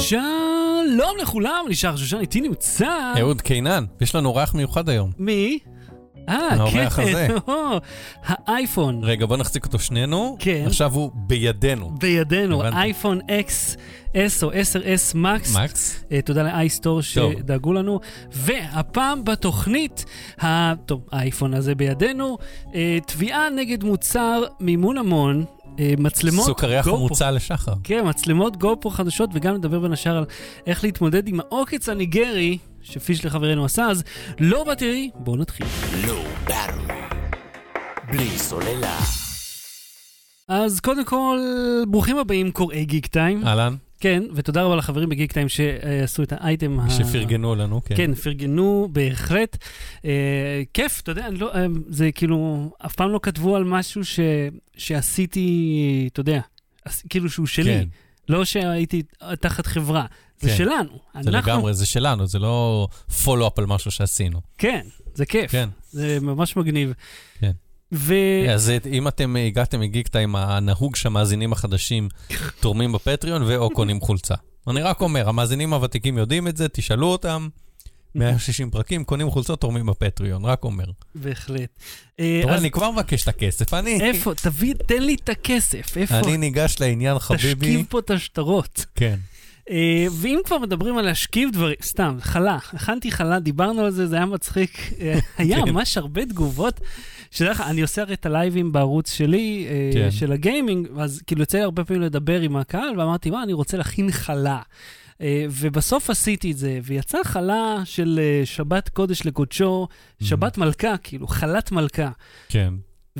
שלום לכולם, נשאר שושן, איתי נמצא... אהוד קינן, יש לנו אורח מיוחד היום. מי? האורח הזה. האייפון. רגע, בוא נחזיק אותו שנינו. כן. עכשיו הוא בידינו. בידינו, אייפון XS או 10S מקס. תודה לאייסטור שדאגו לנו. והפעם בתוכנית, האייפון הזה בידינו, תביעה נגד מוצר מימון המון, מצלמות סוכריה חמוצה לשחר. כן, מצלמות גופרו חדשות, וגם נדבר בין השאר על איך להתמודד עם העוקץ הניגרי, שפיש לחברנו עשה, אז לא בטרי, בואו נתחיל. לא בטרי, בלי סוללה. אז קודם כל, ברוכים הבאים קוראי גיק טיים. אהלן. כן, ותודה רבה לחברים בגיק טיים שעשו את האייטם. שפרגנו לנו, כן. כן, פרגנו בהחלט. כיף, אתה יודע, זה כאילו, אף פעם לא כתבו על משהו שעשיתי, אתה יודע, כאילו שהוא שלי. כן. לא שהייתי תחת חברה, זה כן. שלנו. זה לגמרי, זה שלנו, זה לא פולו-אפ על משהו שעשינו. כן, זה כיף. כן. זה ממש מגניב. כן. אז אם אתם הגעתם מגיקטה עם הנהוג שהמאזינים החדשים תורמים בפטריון ואו קונים חולצה. אני רק אומר, המאזינים הוותיקים יודעים את זה, תשאלו אותם, 160 פרקים, קונים חולצות, תורמים בפטריון, רק אומר. בהחלט. תראה, אני כבר מבקש את הכסף, איפה? תביא, תן לי את הכסף, איפה? אני ניגש לעניין חביבי. תשכיב פה את השטרות. כן. ואם כבר מדברים על להשכיב דברים, סתם, חלה, הכנתי חלה, דיברנו על זה, זה היה מצחיק, היה ממש הרבה תגובות, אני עושה הרי את הלייבים בערוץ שלי, של הגיימינג, אז כאילו יוצא הרבה פעמים לדבר עם הקהל, ואמרתי, מה, אני רוצה להכין חלה. ובסוף עשיתי את זה, ויצא חלה של שבת קודש לקודשו, שבת מלכה, כאילו, חלת מלכה. כן.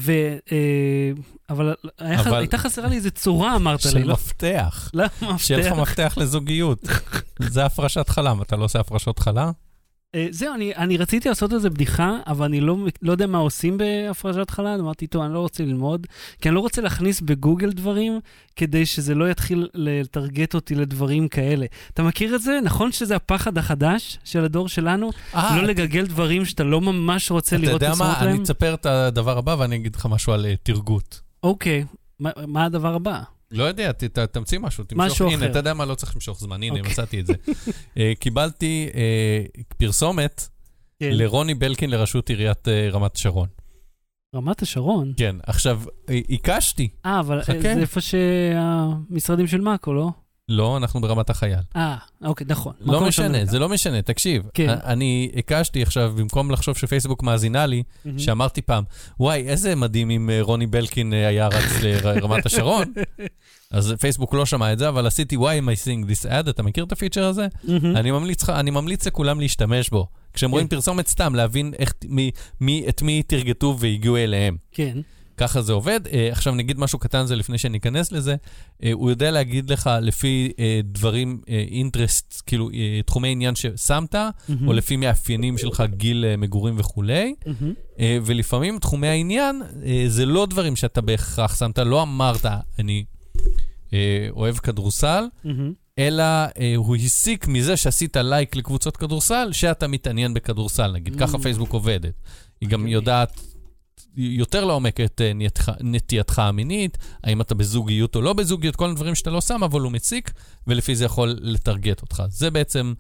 אבל הייתה חסרה לי איזה צורה, אמרת לי. של מפתח. לא, מפתח. שיהיה לך מפתח לזוגיות. זה הפרשת חלה, אתה לא עושה הפרשות חלה? זהו, אני רציתי לעשות איזה בדיחה, אבל אני לא יודע מה עושים בהפרשת חלה, אמרתי, טוב, אני לא רוצה ללמוד, כי אני לא רוצה להכניס בגוגל דברים, כדי שזה לא יתחיל לטרגט אותי לדברים כאלה. אתה מכיר את זה? נכון שזה הפחד החדש של הדור שלנו? לא לגגל דברים שאתה לא ממש רוצה לראות תסרות להם? אתה יודע מה, אני אצפר את הדבר הבא, ואני אגיד לך משהו על תרגות. אוקיי, מה הדבר הבא? לא יודע, תמציא משהו, משהו אחר. הנה, אתה יודע מה, לא צריך למשוך זמן, הנה, מצאתי את זה. קיבלתי פרסומת לרוני בלקין לראשות עיריית רמת השרון. רמת השרון? כן, עכשיו, עיקשתי. אבל זה איפה שהמשרדים של מאקו, לא? לא, אנחנו ברמת החייל. אוקיי, נכון. לא משנה, זה לא משנה, תקשיב. אני עיקשתי עכשיו, במקום לחשוב שפייסבוק מאזינה לי, שאמרתי פעם, וואי, איזה מדהים אם רוני בלקין היה רץ לרמת השרון. אז פייסבוק לא שמע את זה, אבל עשיתי, why am I seeing this ad? אתה מכיר את הפיצ'ר הזה? אני ממליץ לכולם להשתמש בו. כשהם רואים פרסומת סתם, להבין את מי תרגטו והגיעו אליהם. כן. ככה זה עובד. עכשיו נגיד משהו קטן זה לפני שאני אכנס לזה. הוא יודע להגיד לך לפי דברים, אינטרסט, כאילו תחומי עניין ששמת, או לפי מאפיינים שלך, גיל מגורים וכו'. ולפעמים תחומי העניין, זה לא דברים שאתה בהכרח שמת, לא אמרת, אני אוהב כדורסל, אלא הוא הסיק מזה שעשית לייק לקבוצות כדורסל, שאתה מתעניין בכדורסל, נגיד. ככה פייסבוק עובדת. היא גם יודעת יותר לעומק את נטייתך המינית, האם אתה בזוגיות או לא בזוגיות, כל הדברים שאתה לא שם, אבל הוא מציק, ולפי זה יכול לטרגט אותך. זה בעצם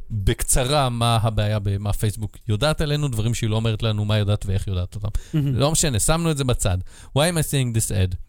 בקצרה מה הבעיה, מה פייסבוק יודעת עלינו, דברים שהיא לא אומרת לנו מה יודעת ואיך יודעת אותם. לא משנה, שמנו את זה בצד. Why am I saying this ad?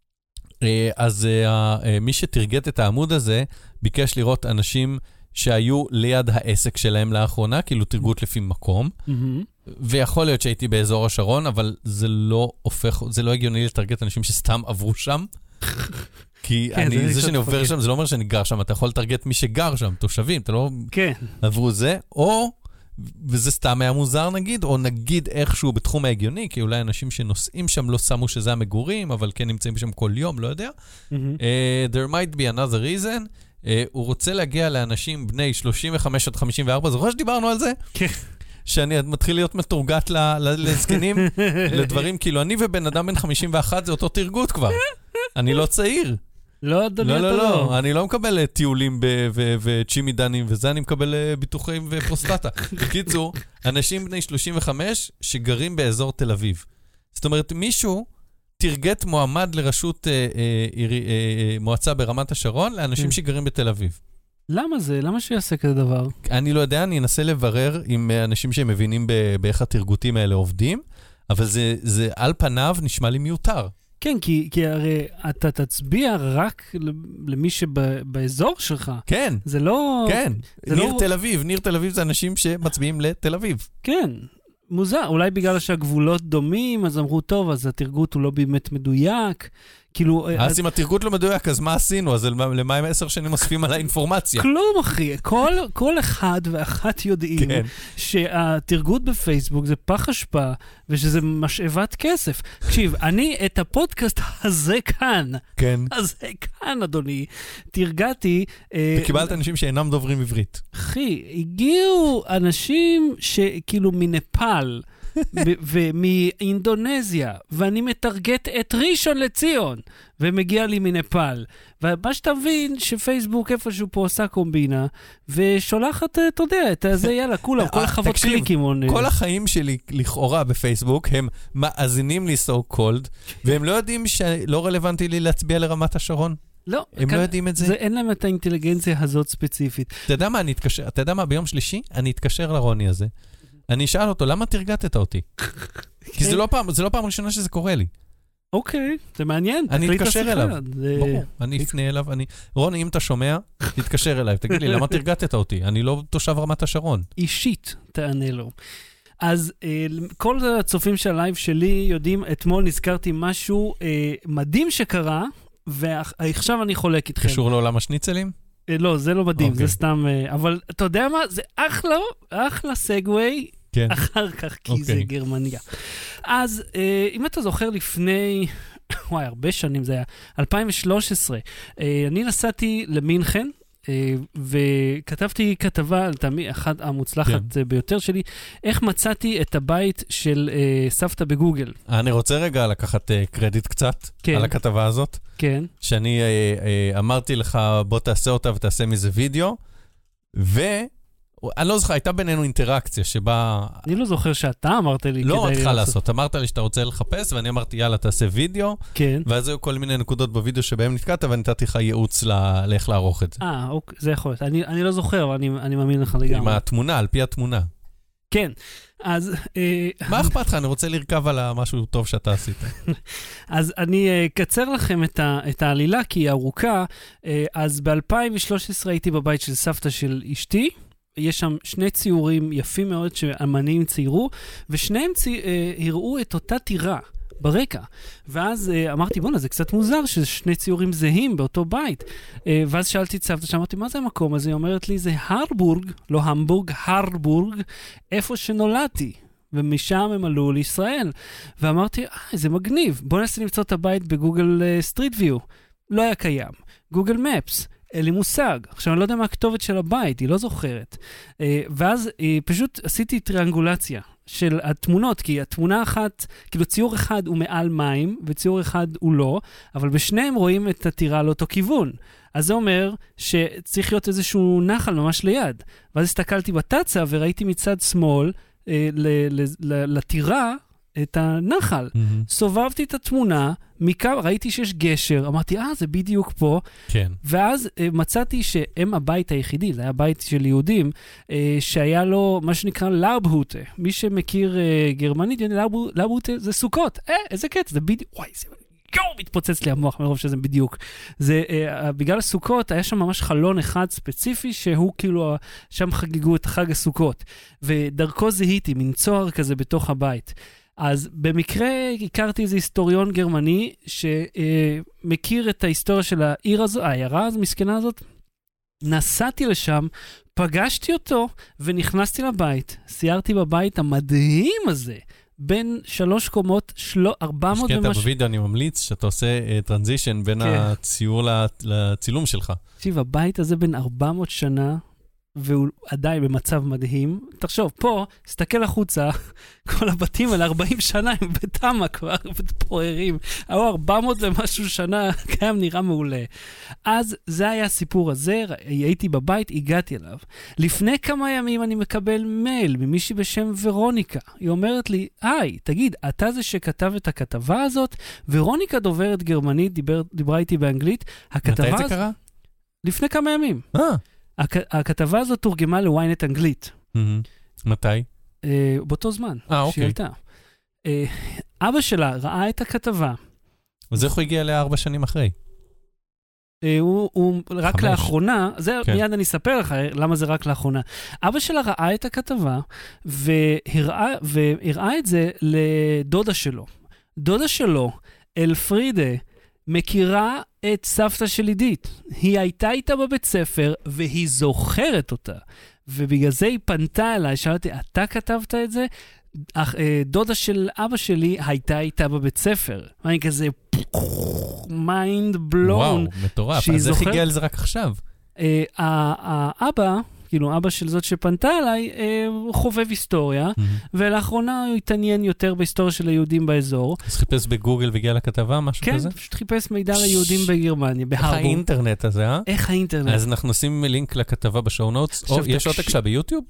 אז מי שתרגט את העמוד הזה, ביקש לראות אנשים שהיו ליד העסק שלהם לאחרונה, כאילו תרגות לפי מקום, ויכול להיות שהייתי באזור השרון, אבל זה לא הגיוני לטרגט אנשים שסתם עברו שם, כי זה שאני עובר שם, זה לא אומר שאני גר שם, אתה יכול לטרגט מי שגר שם, תושבים, אתה לא עברו זה, או, וזה סתם היה מוזר נגיד, או נגיד איכשהו בתחום ההגיוני, כי אולי אנשים שנוסעים שם לא שמו שזה המגורים, אבל כן נמצאים שם כל יום, לא יודע. There might be another reason. הוא רוצה להגיע לאנשים בני 35 עד 54, זוכר שדיברנו על זה? כן. שאני מתחיל להיות מתורגת לזקנים, לדברים, כאילו אני ובן אדם בן 51 זה אותו תרגות כבר. אני לא צעיר. לא, אדוני, אתה לא. אני לא מקבל טיולים וצ'ימידנים וזה, אני מקבל ביטוחים ופרוסטטה. בקיצור, אנשים בני 35 שגרים באזור תל אביב. זאת אומרת, מישהו תרגט מועמד לראשות מועצה ברמת השרון לאנשים שגרים בתל אביב. למה זה? למה שיעשה כזה דבר? אני לא יודע, אני אנסה לברר עם אנשים שמבינים באיך התרגותים האלה עובדים, אבל זה על פניו נשמע לי מיותר. כן, כי הרי אתה תצביע רק למי שבאזור שלך. כן. זה לא... כן, ניר תל אביב זה אנשים שמצביעים לתל אביב. כן, מוזר. אולי בגלל שהגבולות דומים, אז אמרו, טוב, אז התרגות הוא לא באמת מדויק. כאילו... אז אם התרגות לא מדויק, אז מה עשינו? אז למה הם 10 שנים אוספים על האינפורמציה? כלום, אחי. כל אחד ואחת יודעים שהתרגות בפייסבוק זה פח אשפה, ושזה משאבת כסף. תקשיב, אני את הפודקאסט הזה כאן, אדוני, תרגעתי... וקיבלת אנשים שאינם דוברים עברית. אחי, הגיעו אנשים שכאילו מנפאל, ומאינדונזיה, ואני מתרגט את ראשון לציון, ומגיע לי מנפאל. ומה שאתה מבין, שפייסבוק איפשהו פה עושה קומבינה, ושולחת, אתה יודע, את זה, יאללה, כולם, כל החוות קליקים. כל החיים שלי לכאורה בפייסבוק, הם מאזינים לי so called, והם לא יודעים שלא רלוונטי לי להצביע לרמת השרון? לא. הם לא יודעים את זה? אין להם את האינטליגנציה הזאת ספציפית. אתה יודע מה, ביום שלישי, אני אתקשר לרוני הזה. אני אשאל אותו, למה תרגטת אותי? כי זה לא פעם ראשונה שזה קורה לי. אוקיי, זה מעניין. אני אתקשר אליו. ברור, אני אפנה אליו. רוני, אם אתה שומע, תתקשר אליי. תגיד לי, למה תרגטת אותי? אני לא תושב רמת השרון. אישית, תענה לו. אז כל הצופים של הלייב שלי יודעים, אתמול נזכרתי משהו מדהים שקרה, ועכשיו אני חולק איתכם. קשור לעולם השניצלים? לא, זה לא מדהים, זה סתם... אבל אתה יודע מה? זה אחלה סגווי, אחר כך, כי זה גרמניה. אז אם אתה זוכר לפני, הרבה שנים זה היה, 2013, אני נסעתי למינכן, וכתבתי כתבה, אחת המוצלחת ביותר שלי, איך מצאתי את הבית של סבתא בגוגל. אני רוצה רגע לקחת קרדיט קצת על הכתבה הזאת. כן. שאני אמרתי לך, בוא תעשה אותה ותעשה מזה וידאו, אני לא זוכר, הייתה בינינו אינטראקציה שבה... אני לא זוכר שאתה אמרת לי... לא אמרתך לעשות, אמרת לי שאתה רוצה לחפש, ואני אמרתי, יאללה, תעשה וידאו, ואז היו כל מיני נקודות בוידאו שבהם נתקעת, ואני נתתי לך ייעוץ לאיך לערוך את זה. אוקיי, זה יכול להיות. אני לא זוכר, אבל אני מאמין לך לגמרי. עם התמונה, על פי התמונה. כן, אז... מה אכפת לך? אני רוצה לרכב על משהו טוב שאתה עשית. אז אני אקצר לכם את העלילה, כי היא ארוכה. אז ב-2013 הייתי בבית של סבתא של אשתי, יש שם 2 ציורים יפים מאוד שאמנים ציירו, ושניהם הראו את אותה טירה ברקע. ואז אמרתי, בונה, זה קצת מוזר ש2 ציורים זהים באותו בית. ואז שאלתי את סבתא, שאמרתי, מה זה המקום הזה? היא אומרת לי, זה הרבורג, לא המבורג, הרבורג, איפה שנולדתי. ומשם הם עלו לישראל. ואמרתי, זה מגניב, בוא ננסה למצוא את הבית בגוגל סטריט ויו. לא היה קיים. גוגל מפס. אין לי מושג. עכשיו, אני לא יודע מה הכתובת של הבית, היא לא זוכרת. ואז פשוט עשיתי טריאנגולציה של התמונות, כי התמונה אחת, כאילו ציור אחד הוא מעל מים, וציור אחד הוא לא, אבל בשניהם רואים את הטירה לאותו כיוון. אז זה אומר שצריך להיות איזשהו נחל ממש ליד. ואז הסתכלתי בטצה וראיתי מצד שמאל לטירה, את הנחל. סובבתי את התמונה, מכאן ראיתי שיש גשר, אמרתי, זה בדיוק פה. כן. ואז מצאתי שהם הבית היחידי, זה היה בית של יהודים, שהיה לו מה שנקרא לאובהוטה. מי שמכיר גרמנית, לאובהוטה זה סוכות. איזה קטע, זה בדיוק, וואי, זה... מתפוצץ לי המוח מרוב שזה בדיוק. זה, בגלל הסוכות, היה שם ממש חלון אחד ספציפי, שהוא כאילו, שם חגיגו את חג הסוכות. ודרכו זיהיתי, מין צוהר כזה בתוך הבית. אז במקרה הכרתי איזה היסטוריון גרמני, שמכיר את ההיסטוריה של העיר הזו, העיירה הזו, מסכנה הזאת. נסעתי לשם, פגשתי אותו, ונכנסתי לבית. סיירתי בבית המדהים הזה. בין 3 קומות, 400 משקעת בווידאו, אני ממליץ שאתה עושה טרנזישן בין הציור לצילום שלך. תקשיב, הבית הזה בין 400 שנה, והוא עדיין במצב מדהים. תחשוב, פה, סתכל החוצה, כל הבתים על 40 שנה הם בתמה כבר, פוררים. היו 400 ומשהו שנה, קיים נראה מעולה. אז זה היה הסיפור הזה, הייתי בבית, הגעתי אליו. לפני כמה ימים אני מקבל מייל ממישהי בשם ורוניקה. היא אומרת לי, היי, תגיד, אתה זה שכתב את הכתבה הזאת? ורוניקה דוברת גרמנית, דיברה איתי באנגלית. מתי זה קרה? לפני כמה ימים. הכתבה הזאת תורגמה לוויינט אנגלית. מתי? באותו זמן. אוקיי. אבא שלה ראה את הכתבה. אז איך הוא הגיע ל4 שנים אחרי? הוא רק לאחרונה, זה מיד אני אספר לך למה זה רק לאחרונה. אבא שלה ראה את הכתבה, והראה את זה לדודה שלו. דודה שלו, אלפרידה, מכירה את סבתא של עידית. היא הייתה איתה בבית ספר, והיא זוכרת אותה. ובגלל זה היא פנתה אליי, שאלתי, אתה כתבת את זה? דודה של אבא שלי הייתה איתה בבית ספר. אני כזה, מיינד בלון. וואו, מטורף. אז איך הגיע לזה רק עכשיו? האבא, כאילו אבא של זאת שפנתה אליי, חובב היסטוריה, ולאחרונה הוא התעניין יותר בהיסטוריה של היהודים באזור. אז חיפש בגוגל והגיע לכתבה, משהו כזה? כן, פשוט חיפש מידע ליהודים בגרמניה, בהרבו. איך האינטרנט הזה, אה? איך האינטרנט? אז אנחנו נשים לינק לכתבה בשואו נוטס, או יש עוד הקשה ביוטיוב?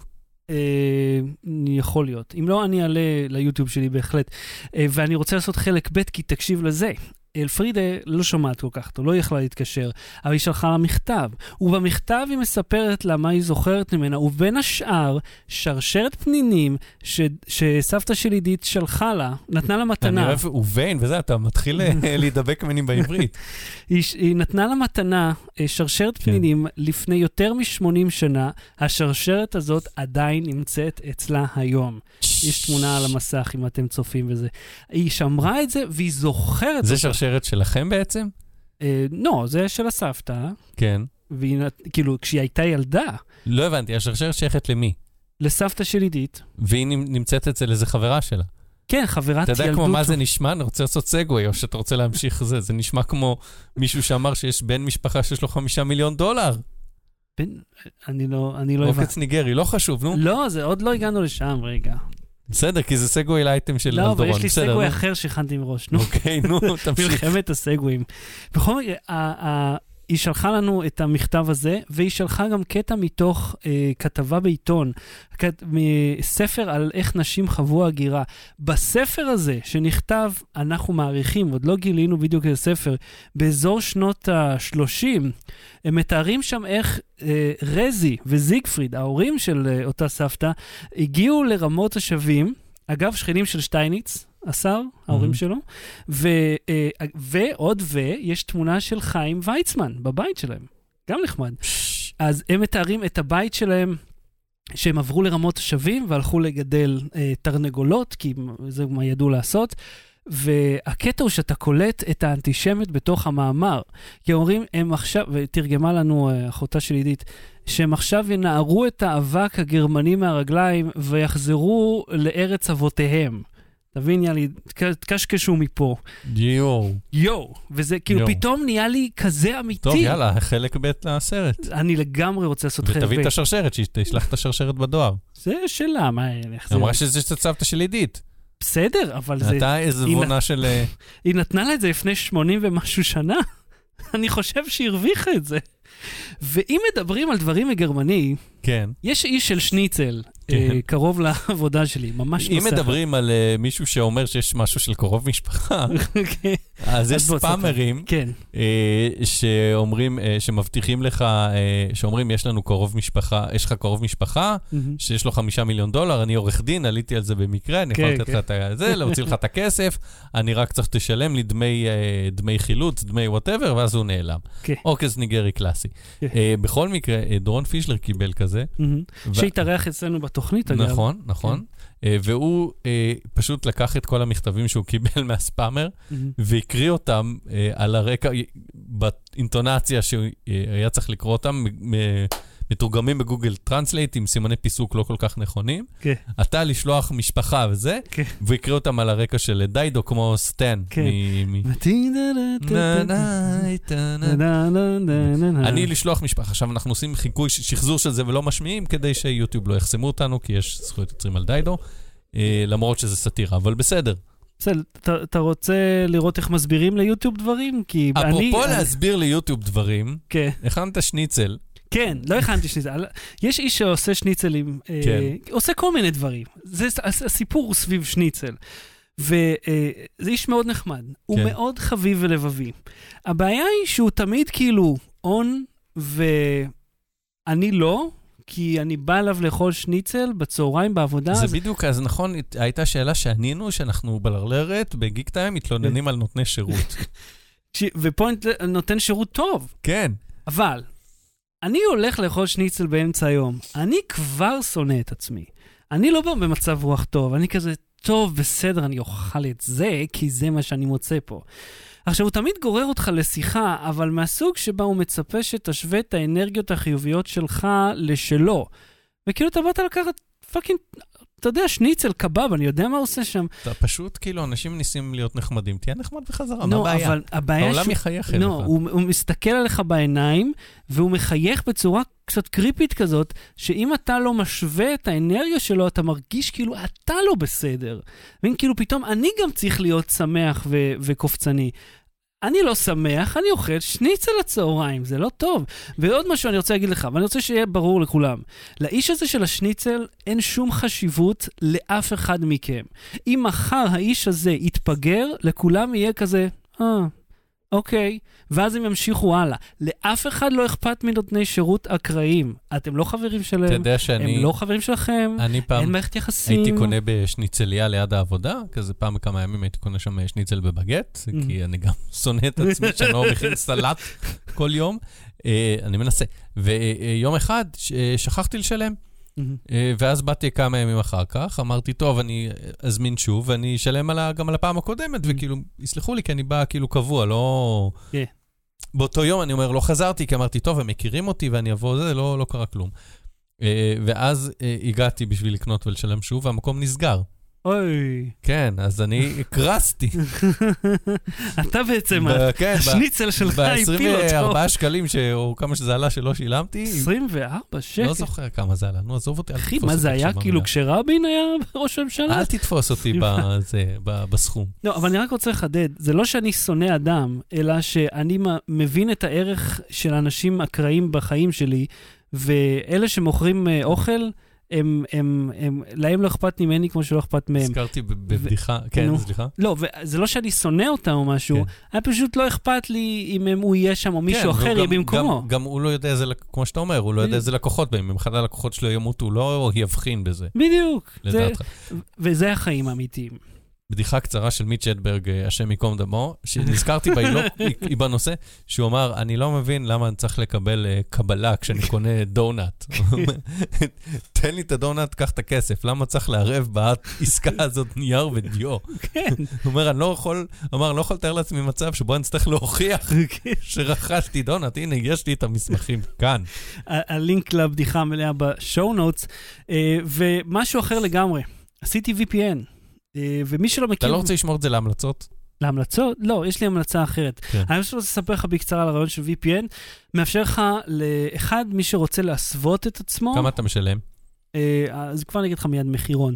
יכול להיות. אם לא, אני אעלה ליוטיוב שלי בהחלט. ואני רוצה לעשות חלק ב' כי תקשיב לזה. אלפרידה לא שומעת כל כך, לא יכלה להתקשר, אבל היא שלחה לה מכתב. ובמכתב היא מספרת לה מה היא זוכרת ממנה, ובין השאר, שרשרת פנינים שסבתא של עידית שלחה לה, נתנה לה מתנה. אני אוהב, ובין, וזה, אתה מתחיל להידבק מנים בעברית. היא נתנה לה מתנה, שרשרת פנינים, לפני יותר מ-80 שנה, השרשרת הזאת עדיין נמצאת אצלה היום. יש תמונה על המסך, אם אתם צופים בזה. היא שמרה את זה, והיא זוכרת אותה. זה שרשרת שלכם בעצם? לא, זה של הסבתא. כן. כאילו, כשהיא הייתה ילדה. לא הבנתי, השרשרת שייכת למי? לסבתא של עידית. והיא נמצאת אצל איזה חברה שלה. כן, חברת ילדות. אתה יודע כמו מה זה נשמע? אני רוצה לעשות סגווי, או שאתה רוצה להמשיך זה. זה נשמע כמו מישהו שאמר שיש בן משפחה שיש לו $5 מיליון. אני לא הבנתי. עוקץ ניגרי, לא חשוב, נו. לא, זה עוד לא הגענו לשם, רגע. בסדר, כי זה סגווי לאייטם של אלדורון. לא, אבל יש לי בסדר, סגווי אחר שהכנתי מראש. אוקיי, נו, תמשיך. מלחמת הסגוויים. בכל מקרה, היא שלחה לנו את המכתב הזה, והיא שלחה גם קטע מתוך כתבה בעיתון, ספר על איך נשים חוו הגירה. בספר הזה שנכתב, אנחנו מעריכים, עוד לא גילינו בדיוק את הספר, באזור שנות ה-30, הם מתארים שם איך רזי וזיגפריד, ההורים של אותה סבתא, הגיעו לרמות השבים, אגב, שכנים של שטייניץ, השר, ההורים שלו, יש תמונה של חיים ויצמן בבית שלהם, גם נחמד. אז הם מתארים את הבית שלהם, שהם עברו לרמות השבים, והלכו לגדל תרנגולות, כי זה מה ידעו לעשות, והקטע הוא שאתה קולט את האנטישמיות בתוך המאמר, כי אומרים, הם עכשיו, ותרגמה לנו אחותה של עידית, שהם עכשיו ינערו את האבק הגרמני מהרגליים, ויחזרו לארץ אבותיהם. תבין, יאללה, תקשקשו מפה. יו. וזה כאילו פתאום נהיה לי כזה אמיתי. טוב, יאללה, חלק ב' לסרט. אני לגמרי רוצה לעשות חלק ב'. ותביא את השרשרת, שתשלח את השרשרת בדואר. זה שאלה, מה... אמרה שזה סבתא של עידית. בסדר, אבל זה... אתה איזה בונה של... היא נתנה לה את זה לפני 80 ומשהו שנה. אני חושב שהיא הרוויחה את זה. ואם מדברים על דברים מגרמני, כן. יש איש של שניצל, קרוב לעבודה שלי, ממש אם מדברים על מישהו שאומר שיש משהו של קרוב משפחה, אז יש ספאמרים שאומרים, שמבטיחים לך, שאומרים, יש לנו קרוב משפחה, יש לך קרוב משפחה, שיש לו $5 מיליון, אני עורך דין, עליתי על זה במקרה, אני יכול לתת לך את זה, להוציא לך את הכסף, אני רק צריך תשלם לי דמי חילוץ, דמי whatever, ואז הוא נעלם. עוקץ ניגרי קלאסי. בכל מקרה, דורון פישלר קיבל כזה. שהתארח אצלנו בתוכנית, אגב. נכון, נכון. והוא פשוט לקח את כל המכתבים שהוא קיבל מהספאמר, והקריא אותם על הרקע, באינטונציה שהוא היה צריך לקרוא אותם, מתורגמים בגוגל טרנסלייט עם סימני פיסוק לא כל כך נכונים. אתה לשלוח משפחה וזה, והקריא אותם על הרקע של דיידו, כמו סטן. אני לשלוח משפחה. עכשיו אנחנו עושים חיקוי, שחזור של זה ולא משמיעים, כדי שיוטיוב לא יחסמו אותנו, כי יש זכויות יוצרים על דיידו, למרות שזה סאטירה, אבל בסדר. אתה רוצה לראות איך מסבירים ליוטיוב דברים? אפרופו להסביר ליוטיוב דברים, הכנת שניצל. כן, לא הכנתי שניצל. יש איש שעושה שניצלים, עושה כל מיני דברים. זה הסיפור סביב שניצל. וזה איש מאוד נחמד. הוא מאוד חביב ולבבי. הבעיה היא שהוא תמיד כאילו און אני לא, כי אני בא אליו לאכול שניצל בצהריים בעבודה. זה בדיוק, אז נכון, הייתה שאלה שענינו, שאנחנו בלרלרת, בגיק טיים, מתלוננים על נותני שירות. ופוינט נותן שירות טוב. כן. אבל, אני הולך לאכול שניצל באמצע היום. אני כבר שונא את עצמי. אני לא בא במצב רוח טוב. אני כזה, טוב, בסדר, אני אוכל את זה, כי זה מה שאני מוצא פה. עכשיו, הוא תמיד גורר אותך לשיחה, אבל מהסוג שבה הוא מצפה שתשווה את האנרגיות החיוביות שלך לשלו. וכאילו אתה באת לקחת פאקינג, אתה יודע, שניצל, קבב, אני יודע מה עושה שם. אתה פשוט, כאילו, אנשים ניסים להיות נחמדים, תהיה נחמד בחזרה, מה לא, הבעיה? אבל הבעיה העולם יחייך אליך. לא, הוא מסתכל עליך בעיניים, והוא מחייך בצורה קצת קריפית כזאת, שאם אתה לא משווה את האנרגיה שלו, אתה מרגיש כאילו אתה לא בסדר. וכאילו פתאום אני גם צריך להיות שמח וקופצני. אני לא שמח, אני אוכל שניצל הצהריים, זה לא טוב. ועוד משהו אני רוצה להגיד לך, ואני רוצה שיהיה ברור לכולם. לאיש הזה של השניצל אין שום חשיבות לאף אחד מכם. אם מחר האיש הזה יתפגר, לכולם יהיה כזה, אוקיי, ואז הם ימשיכו הלאה. לאף אחד לא אכפת מנותני שירות אקראיים. אתם לא חברים שלהם, הם לא חברים שלכם, אין מערכת יחסים. הייתי קונה בשניצליה ליד העבודה, כזה פעם בכמה ימים הייתי קונה שם שניצל בבגט, כי אני גם שונא את עצמי שאני לא מכין סלט כל יום. אני מנסה. ויום אחד שכחתי לשלם, ואז באתי כמה ימים אחר כך, אמרתי, טוב, אני אזמין שוב, ואני אשלם גם על הפעם הקודמת, וכאילו, יסלחו לי, כי אני בא כאילו קבוע, לא... באותו יום אני אומר, לא חזרתי, כי אמרתי, טוב, הם מכירים אותי, ואני אבוא, זה לא קרה כלום. ואז הגעתי בשביל לקנות ולשלם שוב, והמקום נסגר. אוי. כן, אז אני הקרסתי. אתה בעצם, השניצל שלך הפיל אותו. ב-24 שקלים, או כמה שזה עלה שלא שילמתי. 24 שקל? לא זוכר כמה זה עלה, נו, עזוב אותי. אחי, מה זה היה כאילו כשרבין היה ראש הממשלה? אל תתפוס אותי בסכום. לא, אבל אני רק רוצה לחדד, זה לא שאני שונא אדם, אלא שאני מבין את הערך של אנשים אקראיים בחיים שלי, ואלה שמוכרים אוכל, להם לא אכפת ממני כמו שלא אכפת מהם. הזכרתי בבדיחה, כן, סליחה. לא, זה לא שאני שונא אותם או משהו, היה פשוט לא אכפת לי אם הוא יהיה שם או מישהו אחר יהיה במקומו. גם הוא לא יודע איזה, כמו שאתה אומר, הוא לא יודע איזה לקוחות בהם, אם אחד הלקוחות שלו ימות, הוא לא יבחין בזה. בדיוק. וזה החיים האמיתיים. בדיחה קצרה של מיץ' אדברג, השם יקום דמו, שנזכרתי היא בנושא, שהוא אמר, אני לא מבין למה אני צריך לקבל קבלה כשאני קונה דונאט. תן לי את הדונאט, קח את הכסף, למה צריך לערב בעסקה הזאת נייר ודיו? כן. הוא אומר, אני לא יכול לתאר לעצמי מצב שבו אני צריך להוכיח שרכשתי דונאט, הנה, יש לי את המסמכים כאן. הלינק לבדיחה מלאה בשואו נוטס, ומשהו אחר לגמרי, עשיתי VPN. ומי שלא מכיר... אתה לא רוצה לשמור את זה להמלצות? להמלצות? לא, יש לי המלצה אחרת. אני רוצה לספר לך בקצרה על הרעיון של VPN, מאפשר לך לאחד, מי שרוצה להסוות את עצמו... כמה אתה משלם? אז כבר נגיד לך מיד מחירון.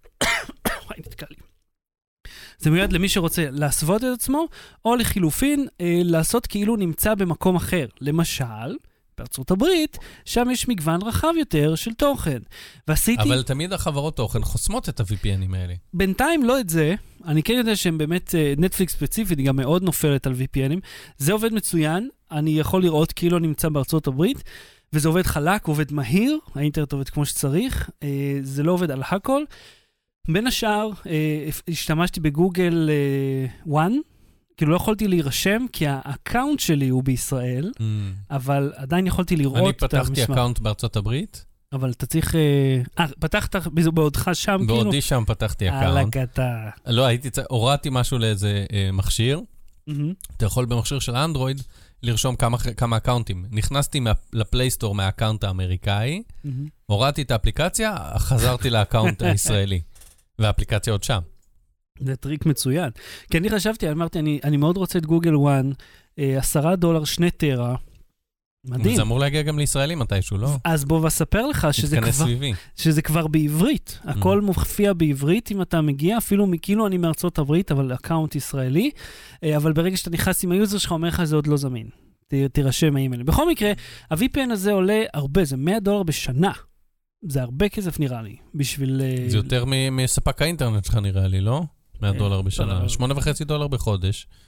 נתקע לי. זה מיד למי שרוצה להסוות את עצמו, או לחילופין, לעשות כאילו נמצא במקום אחר. למשל... בארצות הברית, שם יש מגוון רחב יותר של תוכן. ועשיתי... אבל תמיד החברות תוכן חוסמות את ה-VPNים האלה. בינתיים לא את זה. אני כן יודע שהם באמת, נטפליקס ספציפית, היא גם מאוד נופלת על VPNים. זה עובד מצוין. אני יכול לראות כאילו נמצא בארצות הברית, וזה עובד חלק, עובד מהיר. האינטרנט עובד כמו שצריך. זה לא עובד על הכל. בין השאר, השתמשתי בגוגל One, כאילו לא יכולתי להירשם, כי האקאונט שלי הוא בישראל, אבל עדיין יכולתי לראות את המסמך. אני פתחתי אקאונט בארצות הברית. אבל אתה צריך... פתחת בעודך שם, כאילו? בעודי שם פתחתי אקאונט. על הקטע. לא, הורדתי משהו לאיזה מכשיר. אתה יכול במכשיר של אנדרואיד לרשום כמה אקאונטים. נכנסתי לפלייסטור מהאקאונט האמריקאי, הורדתי את האפליקציה, חזרתי לאקאונט הישראלי. והאפליקציה עוד שם. זה טריק מצוין. כי אני חשבתי, אמרתי, אני מאוד רוצה את גוגל וואן, $10, 2 טרה, מדהים. זה אמור להגיע גם לישראלים מתישהו, לא? אז בוא ואספר לך שזה כבר בעברית. הכל מופיע בעברית אם אתה מגיע, אפילו מכאילו אני מארצות הברית, אבל אקאונט ישראלי, אבל ברגע שאתה נכנס עם היוזר שלך, אומר לך, זה עוד לא זמין. תירשם האימייל. בכל מקרה, ה-VPN הזה עולה הרבה, זה $100 בשנה. זה הרבה כסף נראה לי, בשביל... זה יותר מספק האינטרנט שלך נראה לי, לא? $100 בשנה, $8.5 בחודש.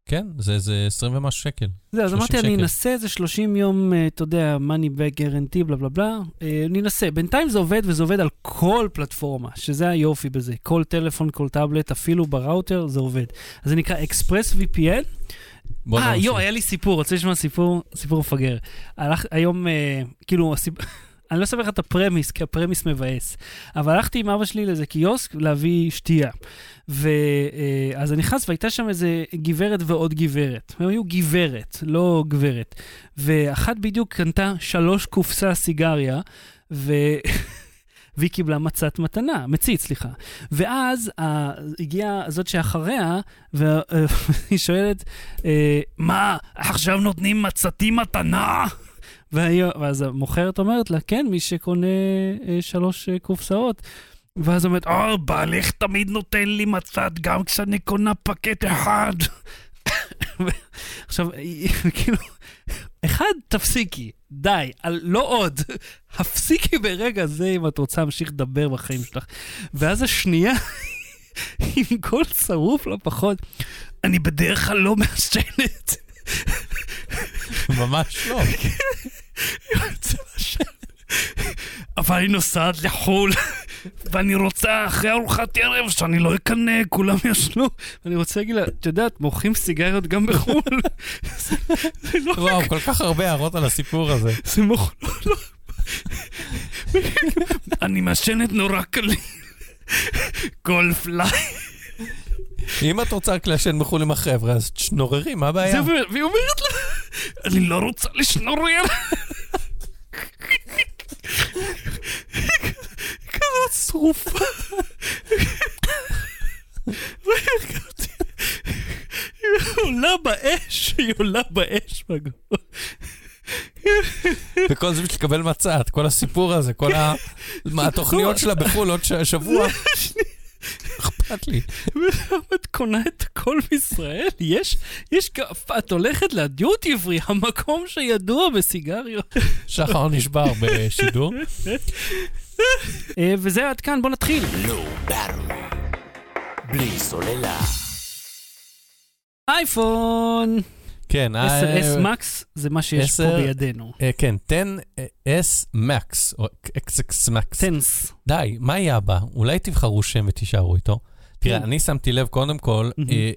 כן, זה 20 ומשהו שקל. זה, אז אמרתי, אני אנסה איזה 30 יום, אתה יודע, money back guarantee, בלה בלה בלה, אני אנסה. בינתיים זה עובד, וזה עובד על כל פלטפורמה, שזה היופי בזה. כל טלפון, כל טאבלט, אפילו בראוטר, זה עובד. אז זה נקרא ExpressVPN. היה לי סיפור, רוצה לשמוע סיפור מפגר. היום, כאילו, אני לא אספר לך את הפרמיס, כי הפרמיס מבאס. אבל הלכתי עם אבא שלי לאיזה קיוסק להביא שתייה. אז אני נכנס, והייתה שם איזה גברת ועוד גברת. הם היו גברת, לא גברת. ואחת בדיוק קנתה 3 קופסה סיגריה, והיא קיבלה מצית, סליחה. ואז הגיעה זאת שאחריה, והיא שואלת, מה, עכשיו נותנים מצתי מתנה? ואז המוכרת אומרת לה, כן, מי שקונה 3 קופסאות. ואז אומרת, בעלך תמיד נותן לי מצת, גם כשאני קונה פקט אחד. עכשיו, כאילו, אחד, תפסיקי, די, לא עוד. הפסיקי ברגע זה אם את רוצה להמשיך לדבר בחיים שלך. ואז השנייה, עם קול צרוף לא פחות, אני בדרך כלל לא מעשנת. ממש לא. אבל אני נוסעת לחול, ואני רוצה אחרי ארוחת ערב שאני לא אקנה, כולם ישנו. ואני רוצה להגיד לה, את יודעת, מוכרים סיגריות גם בחול. וואו, כל כך הרבה הערות על הסיפור הזה. זה לא. אני מעשנת נורא קליל. גולף פליי. אם את רוצה רק לעשן בחול עם החבר'ה, אז תשנוררי, מה הבעיה? והיא אומרת לה, אני לא רוצה לשנורר. כזאת שרופה. היא עולה באש בגבול. וכל זה בשביל לקבל מצאת, כל הסיפור הזה, כל התוכניות שלה בחול עוד שבוע. אכפת לי. את קונה את הכל בישראל? את הולכת לדיוטי פרי, המקום שידוע בסיגריות. שחר נשבר בשידור. וזה עד כאן, בוא נתחיל. בלי סוללה. אייפון. כן. 10S Max זה מה שיש פה בידינו. כן, 10S Max, או XX Max. 10S. די, מה יהיה הבא? אולי תבחרו שם ותישארו איתו. תראה, אני שמתי לב קודם כל,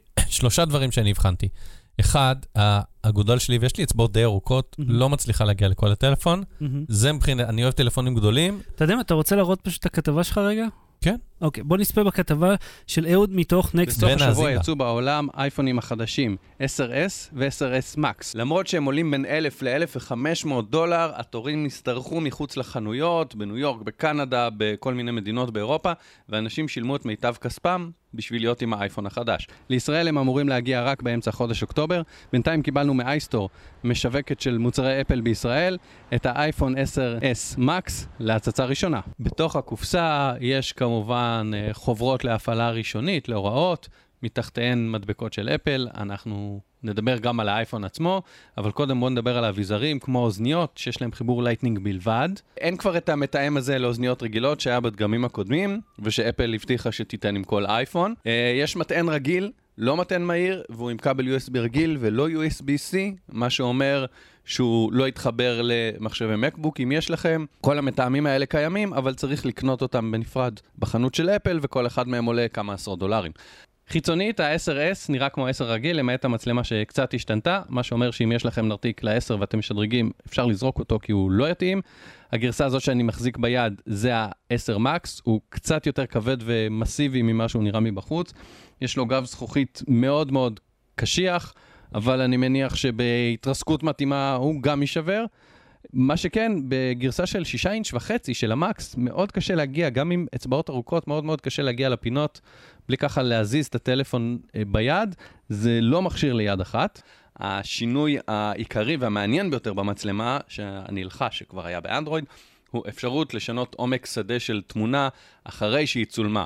3 דברים שאני הבחנתי. 1, הגודל שלי, ויש לי אצבעות די ארוכות, לא מצליחה להגיע לכל הטלפון. זה מבחינת, אני אוהב טלפונים גדולים. אתה יודע מה, אתה רוצה להראות פשוט את הכתבה שלך רגע? כן. אוקיי, בוא נספה בכתבה של אהוד מתוך נקסט. בסוף השבוע יצאו בעולם אייפונים החדשים, 10S ו-10S Max. למרות שהם עולים בין $1,000 ל-$1,500, התורים נסתרחו מחוץ לחנויות, בניו יורק, בקנדה, בכל מיני מדינות באירופה, ואנשים שילמו את מיטב כספם בשביל להיות עם האייפון החדש. לישראל הם אמורים להגיע רק באמצע חודש אוקטובר. בינתיים קיבלנו מאייסטור, משווקת של מוצרי אפל בישראל, את האייפון 10S Max להצצה ראשונה. בתוך הקופסה יש כמובן חוברות להפעלה ראשונית, להוראות, מתחתיהן מדבקות של אפל. אנחנו נדבר גם על האייפון עצמו, אבל קודם בואו נדבר על האביזרים, כמו אוזניות, שיש להם חיבור לייטנינג בלבד. אין כבר את המתאם הזה לאוזניות רגילות שהיה בדגמים הקודמים, ושאפל הבטיחה שתיתן עם כל אייפון. יש מטען רגיל, לא מטען מהיר, והוא עם כבל USB רגיל ולא USB-C, מה שאומר שהוא לא יתחבר למחשבי מקבוק אם יש לכם. כל המטעמים האלה קיימים, אבל צריך לקנות אותם בנפרד בחנות של אפל, וכל אחד מהם עולה כמה $10. חיצונית, ה-10S נראה כמו 10 רגיל, למעט המצלמה שקצת השתנתה, מה שאומר שאם יש לכם נרתיק ל-10 ואתם משדרגים, אפשר לזרוק אותו כי הוא לא יתאים. הגרסה הזאת שאני מחזיק ביד זה ה-10 Max, הוא קצת יותר כבד ומסיבי ממה שהוא נראה מבחוץ. יש לו גב זכוכית מאוד מאוד קשיח, אבל אני מניח שבהתרסקות מתאימה הוא גם יישבר. מה שכן, בגרסה של 6.5 אינץ' של המקס, מאוד קשה להגיע, גם עם אצבעות ארוכות, מאוד מאוד קשה להגיע לפינות, בלי ככה להזיז את הטלפון ביד. זה לא מכשיר ליד אחת. השינוי העיקרי והמעניין ביותר במצלמה, שאני אלחש שכבר היה באנדרואיד, הוא אפשרות לשנות עומק שדה של תמונה אחרי שהיא צולמה.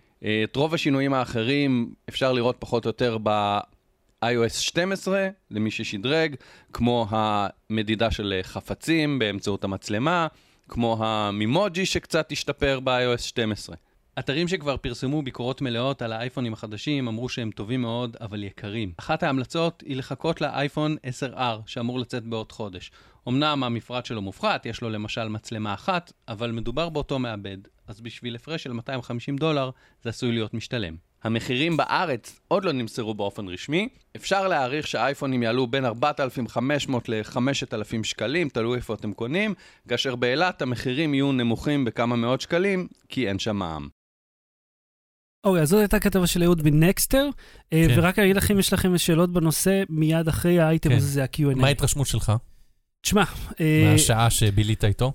את רוב השינויים האחרים אפשר לראות פחות או יותר iOS 12, למי ששדרג, כמו המדידה של חפצים באמצעות המצלמה, כמו המימוג'י שקצת השתפר ב-iOS 12. אתרים שכבר פרסמו ביקורות מלאות על האייפונים החדשים אמרו שהם טובים מאוד, אבל יקרים. אחת ההמלצות היא לחכות לאייפון 10R, שאמור לצאת בעוד חודש. אמנם המפרט שלו מופחת, יש לו למשל מצלמה אחת, אבל מדובר באותו מעבד, אז בשביל הפרש של $250 זה עשוי להיות משתלם. המחירים בארץ עוד לא נמסרו באופן רשמי. אפשר להעריך שהאייפונים יעלו בין 4,500 ל-5,000 שקלים, תלוי איפה אתם קונים, כאשר באילת המחירים יהיו נמוכים בכמה מאות שקלים, כי אין שם מע"מ. אוקיי, אז זאת הייתה כתבה של אהוד בנקסטר, ורק אגיד לכם, יש לכם שאלות בנושא, מיד אחרי האייטם הזה, זה ה-Q&A. מה ההתרשמות שלך? תשמע, מהשעה שבילית איתו?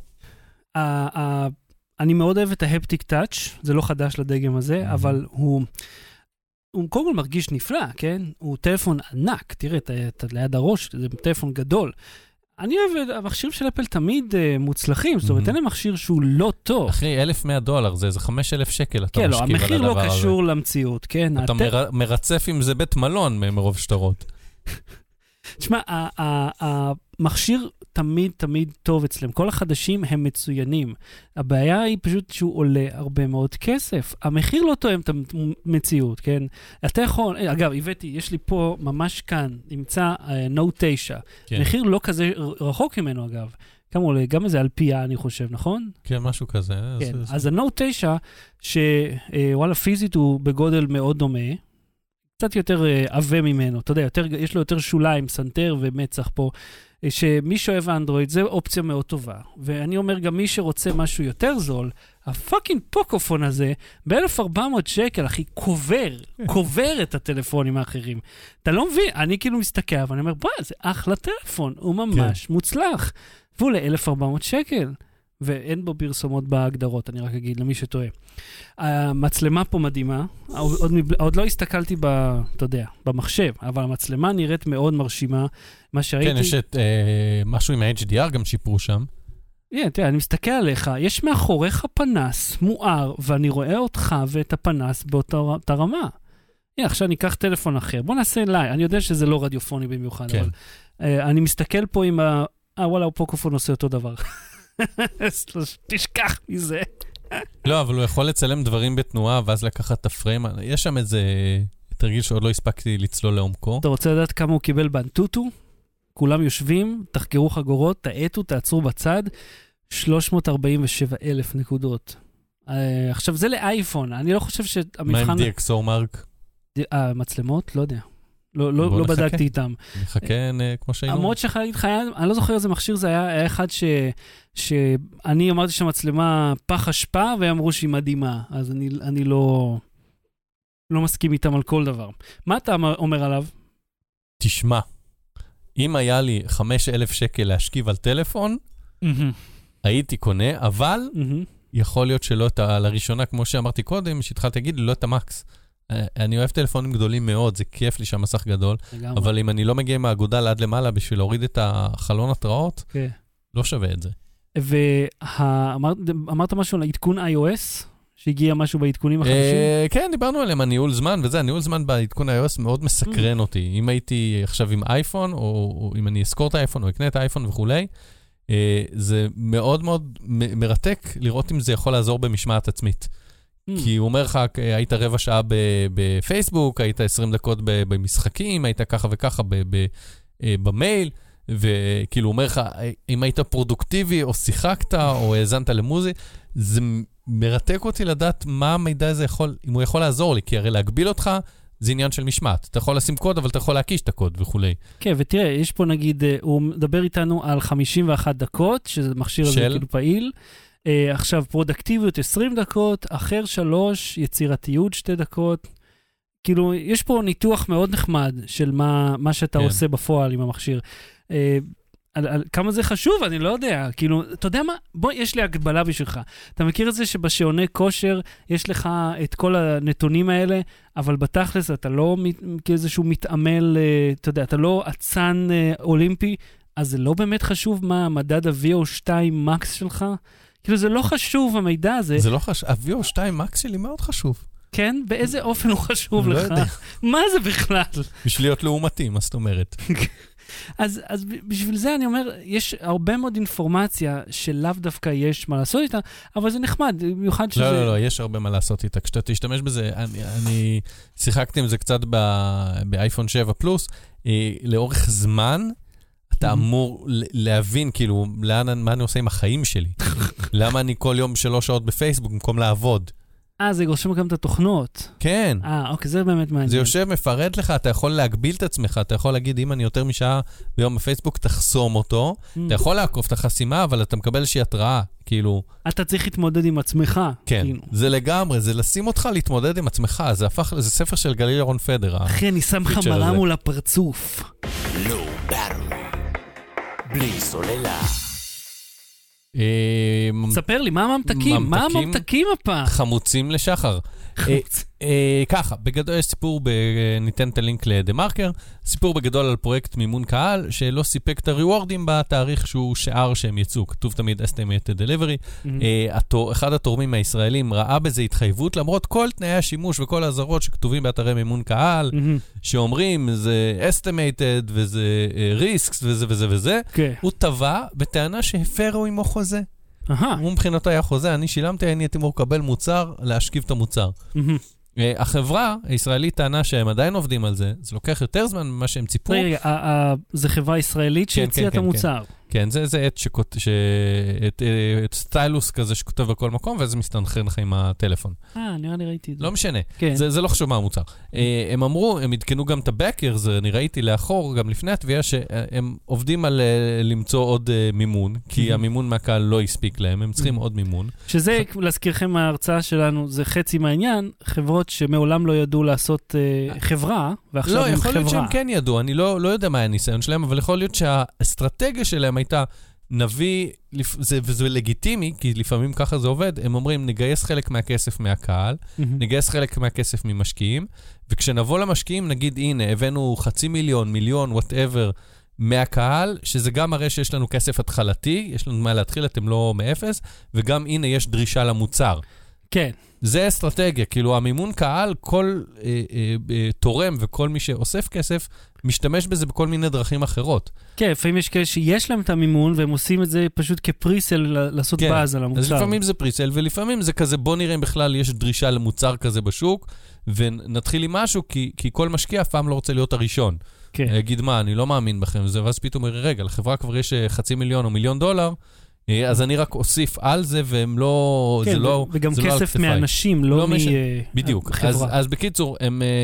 אני מאוד אוהב את ההפטיק טאץ', זה לא חדש לדגם הזה, אבל הוא קודם כל מרגיש נפלא, כן? הוא טלפון ענק, תראה, אתה ליד הראש, זה טלפון גדול. אני אוהב, המכשירים של אפל תמיד מוצלחים, זאת אומרת, אין להם מכשיר שהוא לא טוב. אחרי $1,100, זה 5,000 שקל, אתה כן, משקיע על הדבר הזה. כן, לא, המחיר לא קשור למציאות, כן? אתה מרצף עם זה בית מלון מרוב שטרות. תשמע, המכשיר תמיד טוב אצלם. כל החדשים הם מצוינים. הבעיה היא פשוט שהוא עולה הרבה מאוד כסף. המחיר לא תואם את המציאות, כן? אתה יכול, אגב, הבאתי, יש לי פה ממש כאן, נמצא נוט 9. כן. מחיר לא כזה רחוק ממנו, אגב. כמה עולה? גם איזה על פיה, אני חושב, נכון? כן, משהו כזה. כן, אז הנוט 9, שוואלה, פיזית הוא בגודל מאוד דומה, קצת יותר עווה ממנו, אתה יודע, יש לו יותר שוליים, סנטר ומצח פה, שמי שאוהב האנדרואיד, זה אופציה מאוד טובה. ואני אומר גם מי שרוצה משהו יותר זול, הפאקינג פוקופון הזה, ב-1,400 שקל, אחי, קובר את הטלפונים האחרים. אתה לא מבין, אני כאילו מסתכל, ואני אומר, זה אחלה טלפון, הוא ממש מוצלח. והוא ל-1,400 שקל. ואין בו פרסומות בהגדרות, אני רק אגיד למי שטועה. המצלמה פה מדהימה, עוד לא הסתכלתי אתה יודע, במחשב, אבל המצלמה נראית מאוד מרשימה. מה שראיתי... כן, יש את משהו עם ה-HDR, גם שיפרו שם. תראה, אני מסתכל עליך, יש מאחוריך פנס מואר, ואני רואה אותך ואת הפנס באותה רמה. עכשיו אני אקח טלפון אחר, בוא נעשה לי, אני יודע שזה לא רדיופוני במיוחד, אבל אני מסתכל פה עם וואלה, הפוקופון עושה אותו דבר. תשכח מזה. לא, אבל הוא יכול לצלם דברים בתנועה, ואז לקחת את הפריים. יש שם איזה תרגיל שעוד לא הספקתי לצלול לעומקו. אתה רוצה לדעת כמה הוא קיבל באנטוטו? כולם יושבים, תחקרו חגורות, תעטו, תעצרו בצד, 347,000 נקודות. עכשיו, זה לאייפון. אני לא חושב שהמבחן... מה עם DxO מרק? מצלמות? לא יודע. לא בדקתי איתם. נחכה כמו שהיינו. למרות אני לא זוכר איזה מכשיר זה היה אחד שאני אמרתי שהמצלמה פח אשפה, והם אמרו שהיא מדהימה, אז אני לא מסכים איתם על כל דבר. מה אתה אומר עליו? תשמע, אם היה לי 5,000 שקל להשכיב על טלפון, הייתי קונה, אבל יכול להיות שלא לראשונה, כמו שאמרתי קודם, שהתחלתי להגיד, לא את המקס. אני אוהב טלפונים גדולים מאוד, זה כיף לי שהמסך גדול, אבל אם אני לא מגיע עם האגודל עד למעלה בשביל להוריד את החלון התראות, לא שווה את זה. ואמרת משהו על העדכון iOS, שהגיע משהו בעדכונים החדשים? כן, דיברנו עליהם, הניהול זמן, וזה, הניהול זמן בעדכון iOS מאוד מסקרן אותי. אם הייתי עכשיו עם אייפון, או אם אני אזכור את האייפון, או אקנה את האייפון וכולי, זה מאוד מאוד מרתק לראות אם זה יכול לעזור במשמעת עצמית. כי הוא אומר לך, היית רבע שעה בפייסבוק, היית 20 דקות במשחקים, היית ככה וככה במייל, וכאילו הוא אומר לך, אם היית פרודוקטיבי, או שיחקת, או האזנת למוזי, זה מרתק אותי לדעת מה המידע הזה יכול, אם הוא יכול לעזור לי, כי הרי להגביל אותך, זה עניין של משמעת. אתה יכול לשים קוד, אבל אתה יכול להקיש את הקוד וכולי. כן, ותראה, יש פה נגיד, הוא מדבר איתנו על 51 דקות, שזה מכשיר הזה כאילו פעיל, עכשיו, פרודקטיביות 20 דקות, אחר 3, יצירתיות 2 דקות. כאילו, יש פה ניתוח מאוד נחמד של מה שאתה עושה בפועל עם המכשיר. כמה זה חשוב, אני לא יודע. כאילו, אתה יודע מה? בוא, יש לי הגבלה בשבילך. אתה מכיר את זה שבשעוני כושר יש לך את כל הנתונים האלה, אבל בתכלס אתה לא כאיזשהו מתעמל, אתה יודע, אתה לא עצן אולימפי, אז זה לא באמת חשוב מה מדד ה-VO2 מקס שלך? כאילו זה לא חשוב המידע הזה. זה לא חשוב, ה-VO2 מקס שלי מאוד חשוב. כן? באיזה אופן הוא חשוב לך? מה זה בכלל? בשביל להיות לעומתי, מה זאת אומרת? אז בשביל זה אני אומר, יש הרבה מאוד אינפורמציה שלאו דווקא יש מה לעשות איתה, אבל זה נחמד, במיוחד שזה... לא, יש הרבה מה לעשות איתה. כשאתה תשתמש בזה, אני שיחקתי עם זה קצת באייפון 7 פלוס, לאורך זמן, אתה אמור להבין, כאילו, מה אני עושה עם החיים שלי. למה אני כל יום 3 שעות בפייסבוק במקום לעבוד. זה רושם גם את התוכנות. כן. אוקיי, זה באמת מעניין. זה יושב, מפרד לך, אתה יכול להגביל את עצמך, אתה יכול להגיד, אם אני יותר משעה ביום בפייסבוק, תחסום אותו, אתה יכול לעקוף את החסימה, אבל אתה מקבל איזושהי התראה, כאילו... אתה צריך להתמודד עם עצמך. כן, זה לגמרי, זה לשים אותך להתמודד עם עצמך, זה ספר של גליל ירון פדר. אחי, אני שם לך מראה מול הפרצוף. בלי סוללה. ספר לי, מה הממתקים? מה הממתקים הפעם? חמוצים לשחר. ככה, בגדול יש סיפור, ניתן את הלינק לדה-מרקר, סיפור בגדול על פרויקט מימון קהל, שלא סיפק את הריוורדים בתאריך שהוא שער שהם יצאו, כתוב תמיד estimated delivery. אחד התורמים הישראלים ראה בזה התחייבות, למרות כל תנאי השימוש וכל העזרות שכתובים באתרי מימון קהל, שאומרים זה estimated וזה risks וזה וזה וזה, הוא טבע בטענה שהפרו עמו חוזה. הוא מבחינתו היה חוזה, אני שילמתי, אני הייתי אמור לקבל מוצר, להשכיב את המוצר. החברה הישראלית טענה שהם עדיין עובדים על זה, זה לוקח יותר זמן ממה שהם ציפו. רגע, זה חברה ישראלית שהציעה את המוצר. כן, זה את סטיילוס כזה שכותב בכל מקום, וזה מסתנכרן לך עם הטלפון. נראה לי ראיתי את זה. לא משנה, זה לא חשוב מה המוצר. הם אמרו, הם עדכנו גם את הבקר, אני ראיתי לאחור, גם לפני התביעה, שהם עובדים על למצוא עוד מימון, כי המימון מהקהל לא הספיק להם, הם צריכים עוד מימון. שזה, להזכירכם ההרצאה שלנו, זה חצי מהעניין, חברות שמעולם לא ידעו לעשות חברה, ועכשיו הם חברה. לא, יכול להיות שהם כן ידעו, אני לא יודע מה הניסיון שלהם, אבל יכול להיות שהאסטרטגיה שלהם הייתה, נביא, וזה לגיטימי, כי לפעמים ככה זה עובד, הם אומרים, נגייס חלק מהכסף מהקהל, נגייס חלק מהכסף ממשקיעים, וכשנבוא למשקיעים, נגיד, הנה, הבאנו 500,000, מיליון, whatever, מהקהל, שזה גם מראה שיש לנו כסף התחלתי, יש לנו מה להתחיל, אתם לא מאפס, וגם הנה יש דרישה למוצר. כן. זה אסטרטגיה, כאילו המימון קהל, כל תורם וכל מי שאוסף כסף, משתמש בזה בכל מיני דרכים אחרות. כן, לפעמים יש כאלה שיש להם את המימון, והם עושים את זה פשוט כפריסל לעשות באז על המוצר. אז לפעמים זה פריסל, ולפעמים זה כזה, בוא נראה אם בכלל יש דרישה למוצר כזה בשוק, ונתחיל עם משהו, כי כל משקיע אף פעם לא רוצה להיות הראשון. יגיד מה, אני לא מאמין בכם, ואז פתאום אומר, רגע, לחברה כבר יש 500,000 או $1,000,000, אז אני רק אוסיף על זה, והם לא... כן, וגם כסף מאנשים, לא מחברה. בדיוק. אז בקיצור,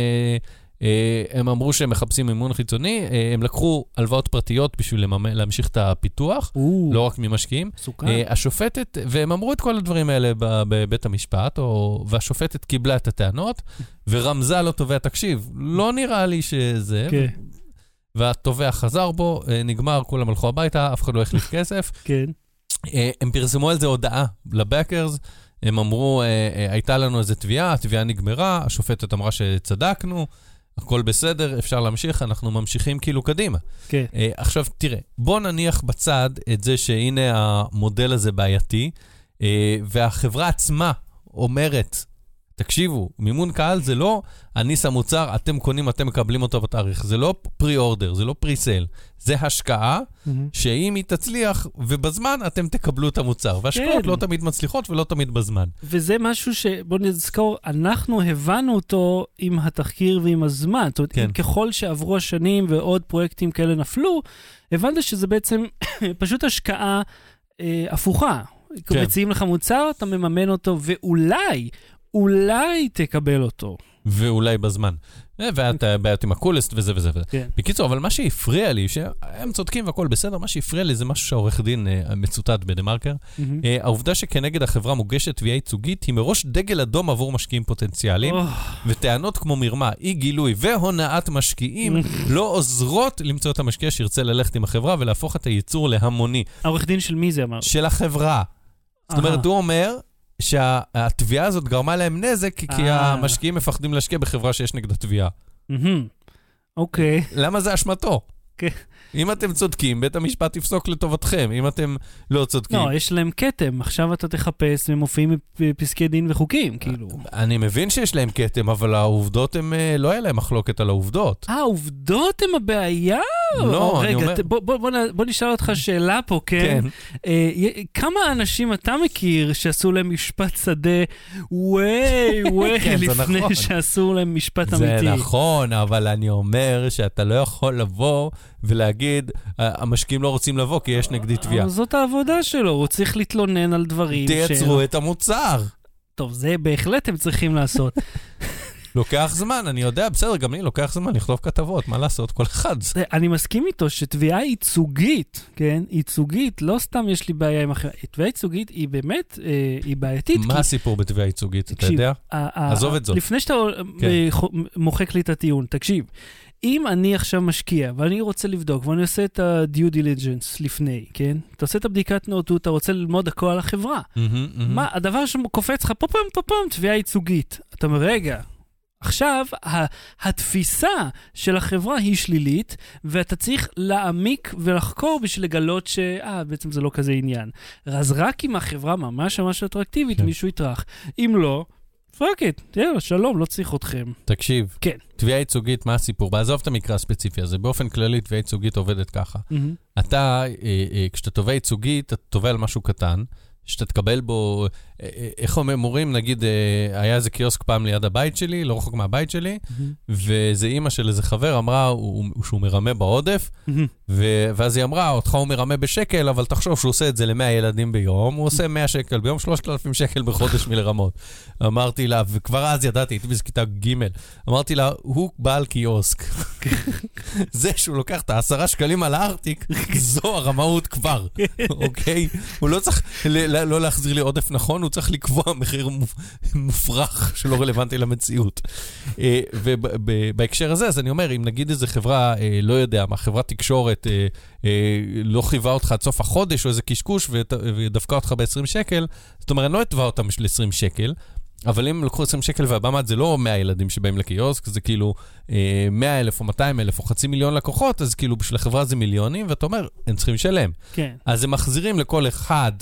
הם אמרו שהם מחפשים מימון חיצוני, הם לקחו הלוואות פרטיות בשביל להמשיך את הפיתוח, לא רק ממשקיעים. השופטת, והם אמרו את כל הדברים האלה בבית המשפט, והשופטת קיבלה את הטענות, ורמזה לו תובע תקשיב. לא נראה לי שזה... והתובע חזר בו, נגמר, כולם הלכו הביתה, אף אחד לא החליף כסף. כן. הם פרסמו על זה הודעה לבקרס, הם אמרו, הייתה לנו איזו תביעה, התביעה נגמרה, השופטת אמרה שצדקנו, הכל בסדר, אפשר להמשיך, אנחנו ממשיכים כאילו קדימה. כן. עכשיו, תראה, בוא נניח בצד את זה שהנה המודל הזה בעייתי, והחברה עצמה אומרת, תקשיבו, מימון קהל זה לא, אני שם מוצר, אתם קונים, אתם מקבלים אותו בתאריך. זה לא פרי-אורדר, זה לא פרי-סייל. זה השקעה שאם היא תצליח, ובזמן אתם תקבלו את המוצר. והשקעות לא תמיד מצליחות ולא תמיד בזמן. וזה משהו שבוא נזכור, אנחנו הבנו אותו עם התחקיר ועם הזמן. זאת אומרת, ככל שעברו השנים ועוד פרויקטים כאלה נפלו, הבנת שזה בעצם פשוט השקעה הפוכה. מציעים לך מוצר, אתה מממן אותו, ואולי תקבל אותו. ואולי בזמן. ואת בעיות עם הקולסט וזה וזה וזה. בקיצור, אבל מה שהפריע לי, שהם צודקים והכל בסדר, מה שהפריע לי זה משהו שהעורך דין מצוטט בדה-מרקר. העובדה שכנגד החברה מוגשת תביעה ייצוגית, היא מראש דגל אדום עבור משקיעים פוטנציאליים, וטענות כמו מרמה, אי גילוי והונאת משקיעים לא עוזרות למצוא את המשקיע שירצה ללכת עם החברה ולהפוך את הייצור להמוני. העורך דין של מי זה אמר? של החברה. זאת אומרת, הוא אומר שהתביעה הזאת גרמה להם נזק, כי המשקיעים מפחדים להשקיע בחברה שיש נגד התביעה. אוקיי. למה זה אשמתו? אם אתם צודקים, בית המשפט יפסוק לטובתכם. אם אתם לא צודקים... לא, יש להם כתם. עכשיו אתה תחפש, הם מופיעים בפסקי דין וחוקים, כאילו. אני מבין שיש להם כתם, אבל העובדות הם... לא היה להם מחלוקת על העובדות. העובדות הם הבעיה? לא, אני אומר... רגע, בוא נשאל אותך שאלה פה, כן? כמה אנשים אתה מכיר שעשו להם משפט שדה לפני שעשו להם משפט אמיתי? זה נכון, אבל אני אומר שאתה לא יכול לבוא ולהגיד, המשקיעים לא רוצים לבוא כי יש נגדי תביעה. זאת העבודה שלו, הוא צריך להתלונן על דברים. תייצרו את המוצר. טוב, זה בהחלט הם צריכים לעשות. לוקח זמן, אני יודע, בסדר, גם לי לוקח זמן לכתוב כתבות, מה לעשות, כל אחד. אני מסכים איתו שתביעה ייצוגית, כן, ייצוגית, לא סתם יש לי בעיה עם אחרת, תביעה ייצוגית היא באמת, היא בעייתית. מה הסיפור בתביעה ייצוגית, אתה יודע? עזוב את זאת. לפני שאתה מוחק לי את הטיעון, תקשיב, אם אני עכשיו משקיע, ואני רוצה לבדוק, ואני עושה את ה-due diligence לפני, כן? אתה עושה את הבדיקת נאותות, אתה רוצה ללמוד הכל על החברה. מה, הדבר שקופץ לך, פופם, תביעה ייצוגית. אתה אומר, רגע, עכשיו, התפיסה של החברה היא שלילית, ואתה צריך להעמיק ולחקור בשביל לגלות בעצם זה לא כזה עניין. אז רק אם החברה ממש אטרקטיבית, מישהו יטרח. אם לא, פאק איט, תראה, שלום, לא צריך אתכם. תקשיב, כן. תביעה ייצוגית, מה הסיפור? בעזוב את המקרה הספציפי הזה, באופן כללי תביעה ייצוגית עובדת ככה. אתה, כשאתה תובע ייצוגית, אתה תובע על משהו קטן, שאתה תקבל בו, איך אומרים, נגיד, היה איזה קיוסק פעם ליד הבית שלי, לא רחוק מהבית שלי, וזה אימא של איזה חבר אמרה שהוא מרמה בעודף, ואז היא אמרה, אותך הוא מרמה בשקל, אבל תחשוב שהוא עושה את זה ל100 ילדים ביום, הוא עושה 100 שקל ביום, 3,000 שקל בחודש מלרמות. אמרתי לה, וכבר אז ידעתי, הייתי בכיתה ג', אמרתי לה, הוא בעל קיוסק. זה שהוא לוקח את 10 שקלים על הארטיק, זו הרמאות כבר, אוקיי? הוא לא צריך לא להחזיר לי עודף נכון, הוא צריך לקבוע מחיר מופרך שלא רלוונטי למציאות. ובהקשר הזה, אז אני אומר, אם נגיד איזו חברה, לא יודע מה, חברת תקשורת לא חיווה אותך עד סוף החודש, או איזה קשקוש, ודווקא אותך ב-20 שקל, זאת אומרת, אני לא אתבע אותם ל-20 שקל, אבל אם לקחו 20 שקל והבאמת זה לא 100 ילדים שבאים לקיוסק, זה כאילו 100,000 או 200,000 או 500,000 לקוחות, אז כאילו בשביל החברה זה מיליונים, ואתה אומר, הם צריכים לשלם. כן. אז הם מחזירים לכל אחד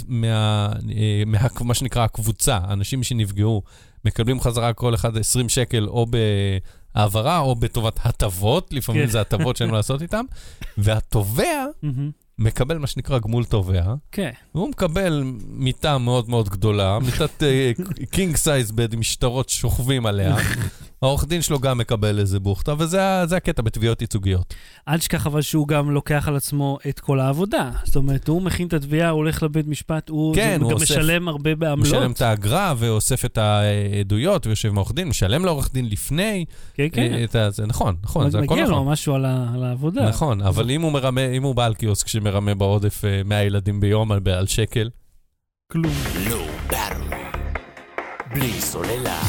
מה שנקרא הקבוצה, האנשים שנפגעו, מקבלים חזרה כל אחד 20 שקל או בעברה או בטובת הטבות, לפעמים זה הטבות שאין מה לעשות איתם, והתובע מקבל מה שנקרא גמול תובע, והוא מקבל מיטה מאוד מאוד גדולה, מיטת קינג סייז בד עם שטרות שוכבים עליה, העורך דין שלו גם מקבל איזה בוכתה, וזה הקטע בתביעות ייצוגיות. אל תשכח אבל שהוא גם לוקח על עצמו את כל העבודה, זאת אומרת, הוא מכין את התביעה, הוא הולך לבית משפט, הוא גם משלם הרבה בעמלות. משלם את האגרה ואוסף את העדויות, ויושב מעורך דין, משלם לעורך דין לפני, זה נכון, זה הכל נכון. מגיע לו משהו על העבודה. נכון, אבל אם הוא בעל קיוסק שמרמה בעודף 100 ילדים ביום על שקל, כלום. לא ברור. בלי סוללה.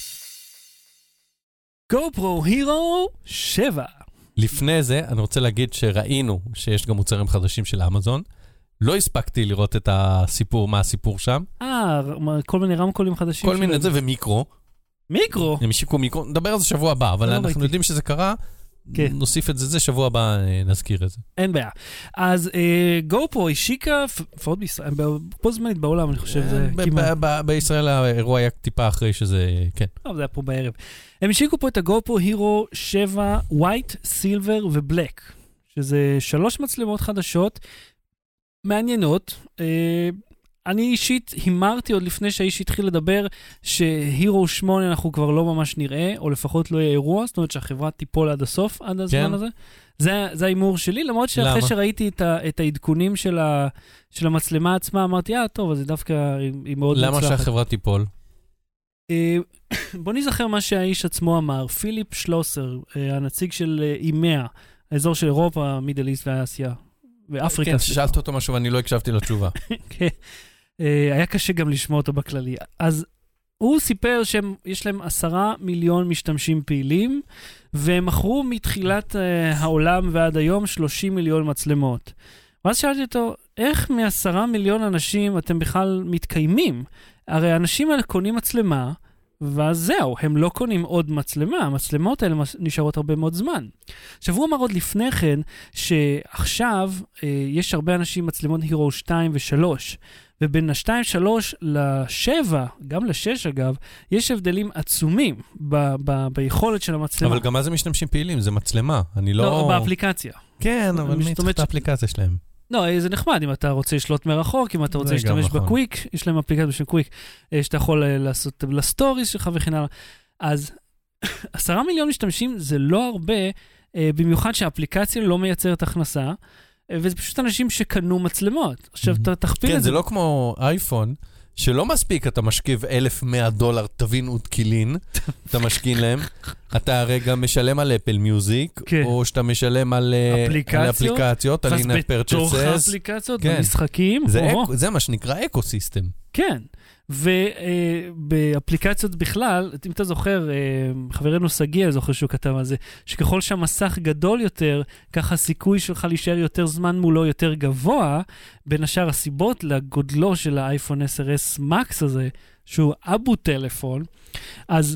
GoPro Hero 7. לפני זה, אני רוצה להגיד שראינו שיש גם מוצרים חדשים של אמזון. לא הספקתי לראות את הסיפור, מה הסיפור שם. כל מיני רמקולים חדשים. כל מיני זה ומיקרו. מיקרו? הם השיקו מיקרו, נדבר על זה שבוע הבא, אבל אנחנו יודעים שזה קרה. נוסיף את זה, שבוע הבא נזכיר את זה. אין בעיה. אז GoPro השיקה, לפחות בישראל, פה זמנית בעולם, אני חושב, זה כמעט. בישראל האירוע היה טיפה אחרי שזה, כן. זה היה פה בערב. הם השיקו פה את ה-GoPro Hero 7 White, Silver ו-Black, שזה 3 מצלמות חדשות, מעניינות. אני אישית הימרתי עוד לפני שהאיש התחיל לדבר שהירו 8 אנחנו כבר לא ממש נראה, או לפחות לא יהיה אירוע, זאת אומרת שהחברה תיפול עד הסוף, עד הזמן הזה. זה ההימור שלי, למרות שאחרי שראיתי את העדכונים של המצלמה עצמה, אמרתי, טוב, אז זה דווקא היא מאוד מוצלחת. למה שהחברה תיפול? בוא נזכר מה שהאיש עצמו אמר, פיליפ שלוסר, הנציג של אימאה, האזור של אירופה, מידל איסט ואסיה, ואפריקה. כן, שאלת אותו משהו ואני לא הקשבתי לתשובה. כן. היה קשה גם לשמוע אותו בכללי. אז הוא סיפר שיש להם 10 מיליון משתמשים פעילים, והם מכרו מתחילת העולם ועד היום 30 מיליון מצלמות. ואז שאלתי אותו, איך מ10 מיליון אנשים אתם בכלל מתקיימים? הרי האנשים האלה קונים מצלמה, ואז זהו, הם לא קונים עוד מצלמה, המצלמות האלה נשארות הרבה מאוד זמן. עכשיו הוא אמר עוד לפני כן, שעכשיו יש הרבה אנשים מצלמות הירו 2 ו-3, ובין ה-2-3 ל-7, גם ל-6 אגב, יש הבדלים עצומים ביכולת של המצלמה. אבל גם מה זה משתמשים פעילים? זה מצלמה, אני לא... לא, באפליקציה. כן, אבל מי צריך את האפליקציה שלהם? לא, זה נחמד, אם אתה רוצה לשלוט מרחוק, אם אתה רוצה להשתמש בקוויק, יש להם אפליקציה בשביל קוויק, שאתה יכול לעשות לסטוריז שלך וכן הלאה. אז 10 מיליון משתמשים זה לא הרבה, במיוחד שהאפליקציה לא מייצרת הכנסה, וזה פשוט אנשים שקנו מצלמות. עכשיו, אתה תכפיל את זה. כן, זה לא כמו אייפון, שלא מספיק, אתה משכיב $1,100, תבין ותקילין, אתה משכין להם, אתה הרי גם משלם על אפל מיוזיק, או שאתה משלם על אפליקציות, על הנה פרצ'סס. בתוך האפליקציות, במשחקים. זה מה שנקרא אקוסיסטם. כן, ובאפליקציות בכלל, אם אתה זוכר, חברנו סגי, אני זוכר שהוא כתב על זה, שככל שהמסך גדול יותר, ככה הסיכוי שלך להישאר יותר זמן מולו יותר גבוה, בין השאר הסיבות לגודלו של האייפון 10S Max הזה, שהוא אבו טלפון, אז...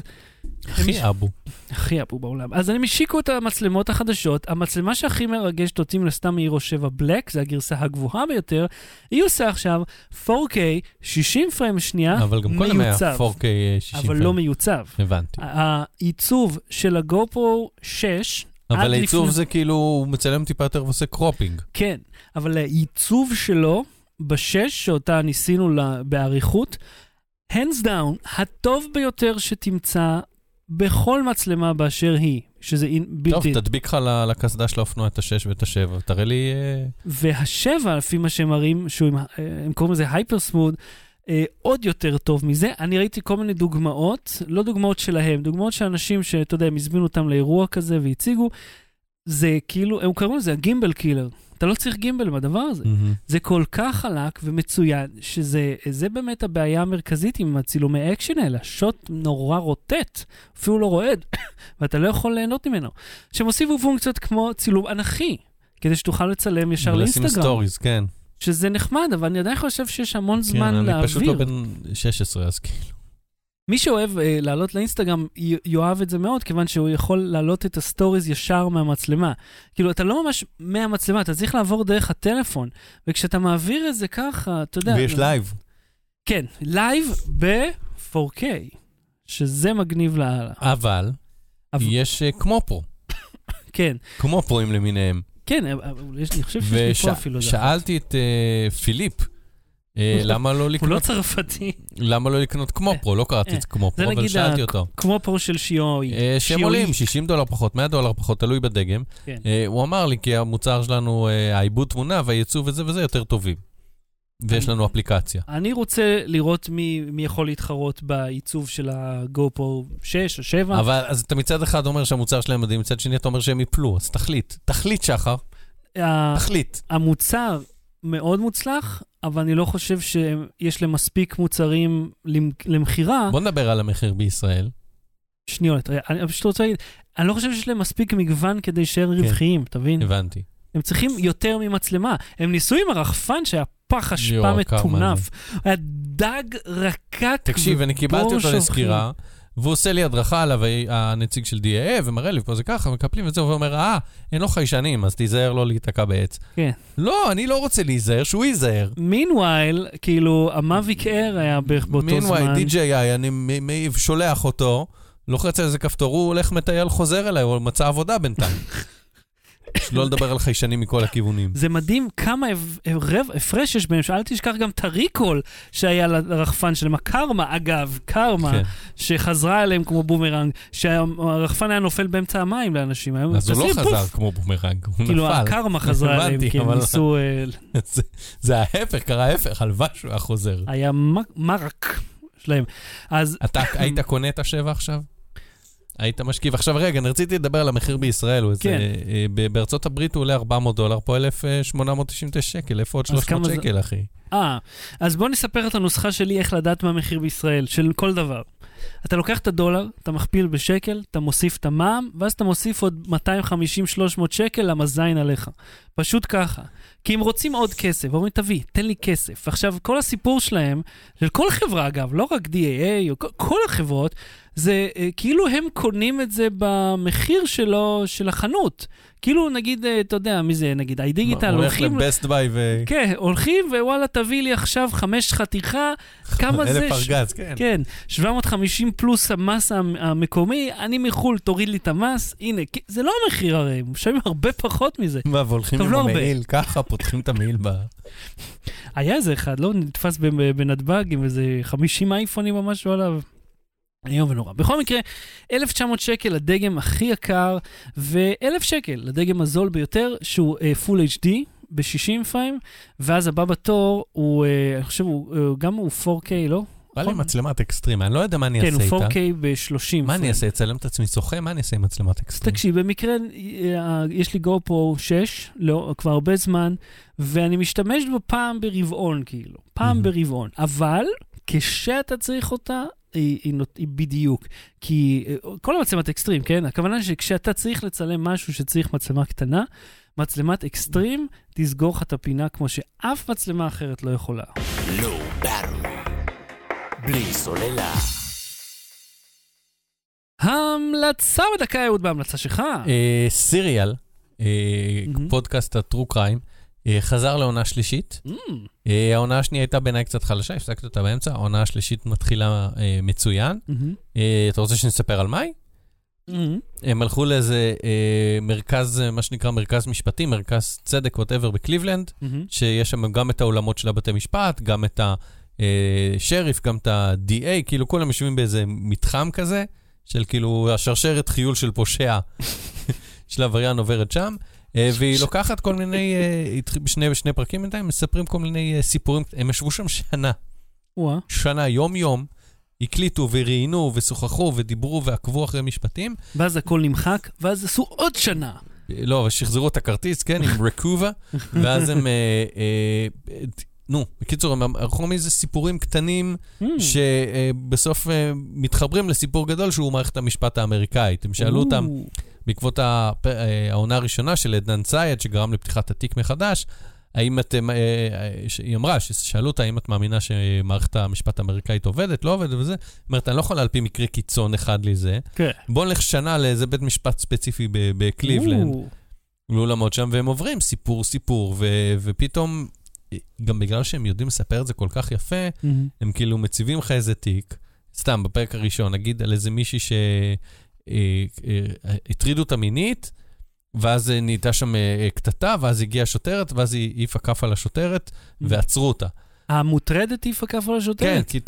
הכי אבו בעולם. אז אני משיקו את המצלמות החדשות, המצלמה שהכי מרגשת אותי לסתם אירו 7 בלק, זה הגרסה הגבוהה ביותר, היא עושה עכשיו 4K 60 פריים שנייה, מיוצב. אבל גם קודם היה 4K 60 אבל לא מיוצב. הבנתי. העיצוב של הגופרו 6, אבל העיצוב זה כאילו, הוא מצלם טיפה יותר ועושה קרופינג. כן, אבל העיצוב שלו, בשש, שאותה ניסינו בעריכות, hands down, הטוב ביותר שתמצא בכל מצלמה באשר היא, שזה בלתי... טוב, תדביק לך לקסדה של האופנוע את ה-6 ואת ה-7, תראה לי... וה-7, לפי מה שהם מראים, הם קוראים לזה הייפר סמוד, עוד יותר טוב מזה. אני ראיתי כל מיני דוגמאות, לא דוגמאות שלהם, דוגמאות של אנשים שאתה יודע, הם הזמינו אותם לאירוע כזה והציגו, זה כאילו, הם קוראים לזה הגימבל קילר. אתה לא צריך גימבל מהדבר הזה. זה כל כך חלק ומצוין, שזה באמת הבעיה המרכזית עם הצילומי אקשן האלה. השוט נורא רוטט, אפילו לא רועד, ואתה לא יכול ליהנות ממנו. שהם הוסיפו פונקציות כמו צילום אנכי, כדי שתוכל לצלם ישר לאינסטגרם. ולשים סטוריז, כן. שזה נחמד, אבל אני עדיין חושב שיש המון זמן להעביר. כן, אני פשוט לא בן 16, אז כאילו. מי שאוהב לעלות לאינסטגרם, יאהב את זה מאוד, כיוון שהוא יכול לעלות את הסטוריז ישר מהמצלמה. כאילו, אתה לא ממש מהמצלמה, אתה צריך לעבור דרך הטלפון, וכשאתה מעביר את זה ככה, אתה יודע... ויש לייב. כן, לייב ב-4K, שזה מגניב לאללה. אבל יש כמו פרו. כן. כמו פרוים למיניהם. כן, אני חושב שיש לי פה אפילו. ושאלתי את פיליפ, למה לא לקנות... הוא לא צרפתי. למה לא לקנות כמו פרו? לא קראתי את כמו פרו, אבל שאלתי אותו. כמו פרו של שיואי. שהם עולים $60 פחות, $100 פחות, תלוי בדגם. הוא אמר לי, כי המוצר שלנו, העיבוד תמונה והייצוא וזה וזה יותר טובים. ויש לנו אפליקציה. אני רוצה לראות מי יכול להתחרות בעיצוב של הגופרו 6 או 7. אבל אז אתה מצד אחד אומר שהמוצר שלהם מדהים, מצד שני אתה אומר שהם יפלו, אז תחליט שחר. תחליט. המוצר מאוד מוצלח, אבל אני לא חושב שיש להם מספיק מוצרים למחירה. בוא נדבר על המחיר בישראל. שניונת, אני פשוט רוצה להגיד, אני לא חושב שיש להם מספיק מגוון כדי שיהיה רווחיים, תבין? הבנתי. הם צריכים יותר ממצלמה. הם ניסו עם הרחפן שהיה פח אשפה מטונף. היה דג רקק. תקשיב, אני קיבלתי אותו לסקירה, והוא עושה לי הדרכה עליו, הנציג של DAA, ומראה לי פה זה ככה, מקפלים את זה, ואומר, אין לו חיישנים, אז תיזהר לא להתעקע בעץ. כן. לא, אני לא רוצה להיזהר, שהוא ייזהר. מינווייל, כאילו, המאביק אייר היה בערך באותו זמן. מינווייל, DJI, אני שולח אותו, לוחץ על איזה כפתור, הוא הולך מטייל חוזר אליי, הוא מצא עבודה בינתיים. שלא לדבר על חיישנים מכל הכיוונים. זה מדהים כמה הפרש יש בהם, שאל תשכח גם את הריקול שהיה לרחפן שלהם, הקרמה, אגב, קרמה, שחזרה אליהם כמו בומרנג, שהרחפן היה נופל באמצע המים לאנשים. אז הוא לא חזר כמו בומרנג, הוא נפל. כאילו הקרמה חזרה אליהם, כי הם ניסו... זה ההפך, קרה ההפך, הלוואי שהוא היה חוזר. היה מרק שלהם. אתה היית קונה את ה7 עכשיו? היית משקיף. עכשיו רגע, אני רציתי לדבר על המחיר בישראל. בארצות הברית הוא עולה $400, פה 1,899 שקל, איפה עוד 300 שקל, אחי? אז בוא נספר את הנוסחה שלי איך לדעת מה המחיר בישראל, של כל דבר. אתה לוקח את הדולר, אתה מכפיל בשקל, אתה מוסיף את המע"מ, ואז אתה מוסיף עוד 250-300 שקל למזין עליך. פשוט ככה. כי הם רוצים עוד כסף, אומרים, תביא, תן לי כסף. עכשיו, כל הסיפור שלהם, של כל חברה אגב, לא רק DAA, או כל החברות, זה כאילו הם קונים את זה במחיר שלו, של החנות. כאילו נגיד, אתה יודע, מי זה, נגיד, iDigital, הולכים... הולך לבסט ביי ו... כן, הולכים ווואלה, תביא לי עכשיו 5 חתיכה, כמה זה... 1,000 ארגז, כן. כן, 750 פלוס המס המקומי, אני מחול, תוריד לי את המס, הנה, זה לא המחיר הרי, משלמים הרבה פחות מזה. מה, והולכים עם המעיל, ככה פותחים את המעיל ב... היה איזה אחד, לא נתפס בנתב"ג עם איזה 50 אייפונים או משהו עליו. איום ונורא. בכל מקרה, 1,900 שקל לדגם הכי יקר, ו1,000 שקל לדגם הזול ביותר, שהוא Full HD ב-60 פריים, ואז הבא בתור הוא, אני חושב, גם הוא 4K, לא? בא לי מצלמת אקסטרים, אני לא יודע מה אני אעשה איתה. כן, הוא 4K ב-30. מה אני אעשה? אצלם את עצמי שוחה? מה אני אעשה עם מצלמת אקסטרים? תקשיב, במקרה יש לי GoPro 6, כבר הרבה זמן, ואני משתמש בו פעם ברבעון, כאילו. פעם ברבעון. אבל, כשאתה צריך אותה, היא בדיוק, כי כל המצלמת אקסטרים, כן? הכוונה שכשאתה צריך לצלם משהו שצריך מצלמה קטנה, מצלמת אקסטרים תסגור לך את הפינה כמו שאף מצלמה אחרת לא יכולה. לא ברור. בלי סוללה. ההמלצה בדקה, אהוד, בהמלצה שלך. סיריאל, פודקאסט הטרו קריים, חזר לעונה שלישית. העונה השנייה הייתה בעיניי קצת חלשה, הפסקתי אותה באמצע, העונה השלישית מתחילה מצוין. אתה רוצה שנספר על מאי? הם הלכו לאיזה מרכז, מה שנקרא מרכז משפטי, מרכז צדק, whatever, בקליבלנד, שיש שם גם את העולמות של הבתי משפט, גם את השריף, גם את ה-DA, כאילו כולם יושבים באיזה מתחם כזה, של כאילו השרשרת חיול של פושע, של עבריין עוברת שם. והיא לוקחת כל מיני, בשני פרקים בינתיים, מספרים כל מיני סיפורים, הם ישבו שם שנה, יום, הקליטו וראיינו ושוחחו ודיברו ועקבו אחרי משפטים. ואז הכל נמחק, ואז עשו עוד שנה. לא, שחזרו את הכרטיס, כן, עם רקובה, ואז הם, בקיצור, הם ערכו מאיזה סיפורים קטנים, שבסוף מתחברים לסיפור גדול, שהוא מערכת המשפט האמריקאית. הם שאלו אותם, בעקבות העונה הראשונה של עדנאן צייד, שגרם לפתיחת התיק מחדש, האם אתם, היא אמרה, ששאלו אותה, האם את מאמינה שמערכת המשפט האמריקאית עובדת, לא עובדת וזה, אומרת, אני לא יכולה על פי מקרה קיצון אחד לזה, בוא נלך שנה לאיזה בית משפט ספציפי בקליבלנד, לעולמות שם, והם עוברים סיפור, ופתאום, גם בגלל שהם יודעים לספר את זה כל כך יפה, הם כאילו מציבים לך איזה תיק, סתם, בפרק הראשון, נגיד על איזה מישהי הטרידו אותה מינית, ואז נהייתה שם קטטה, ואז הגיעה שוטרת, ואז היא העיפה כף על השוטרת, ועצרו אותה. המוטרדת העיפה כף על השוטרת? כן, כי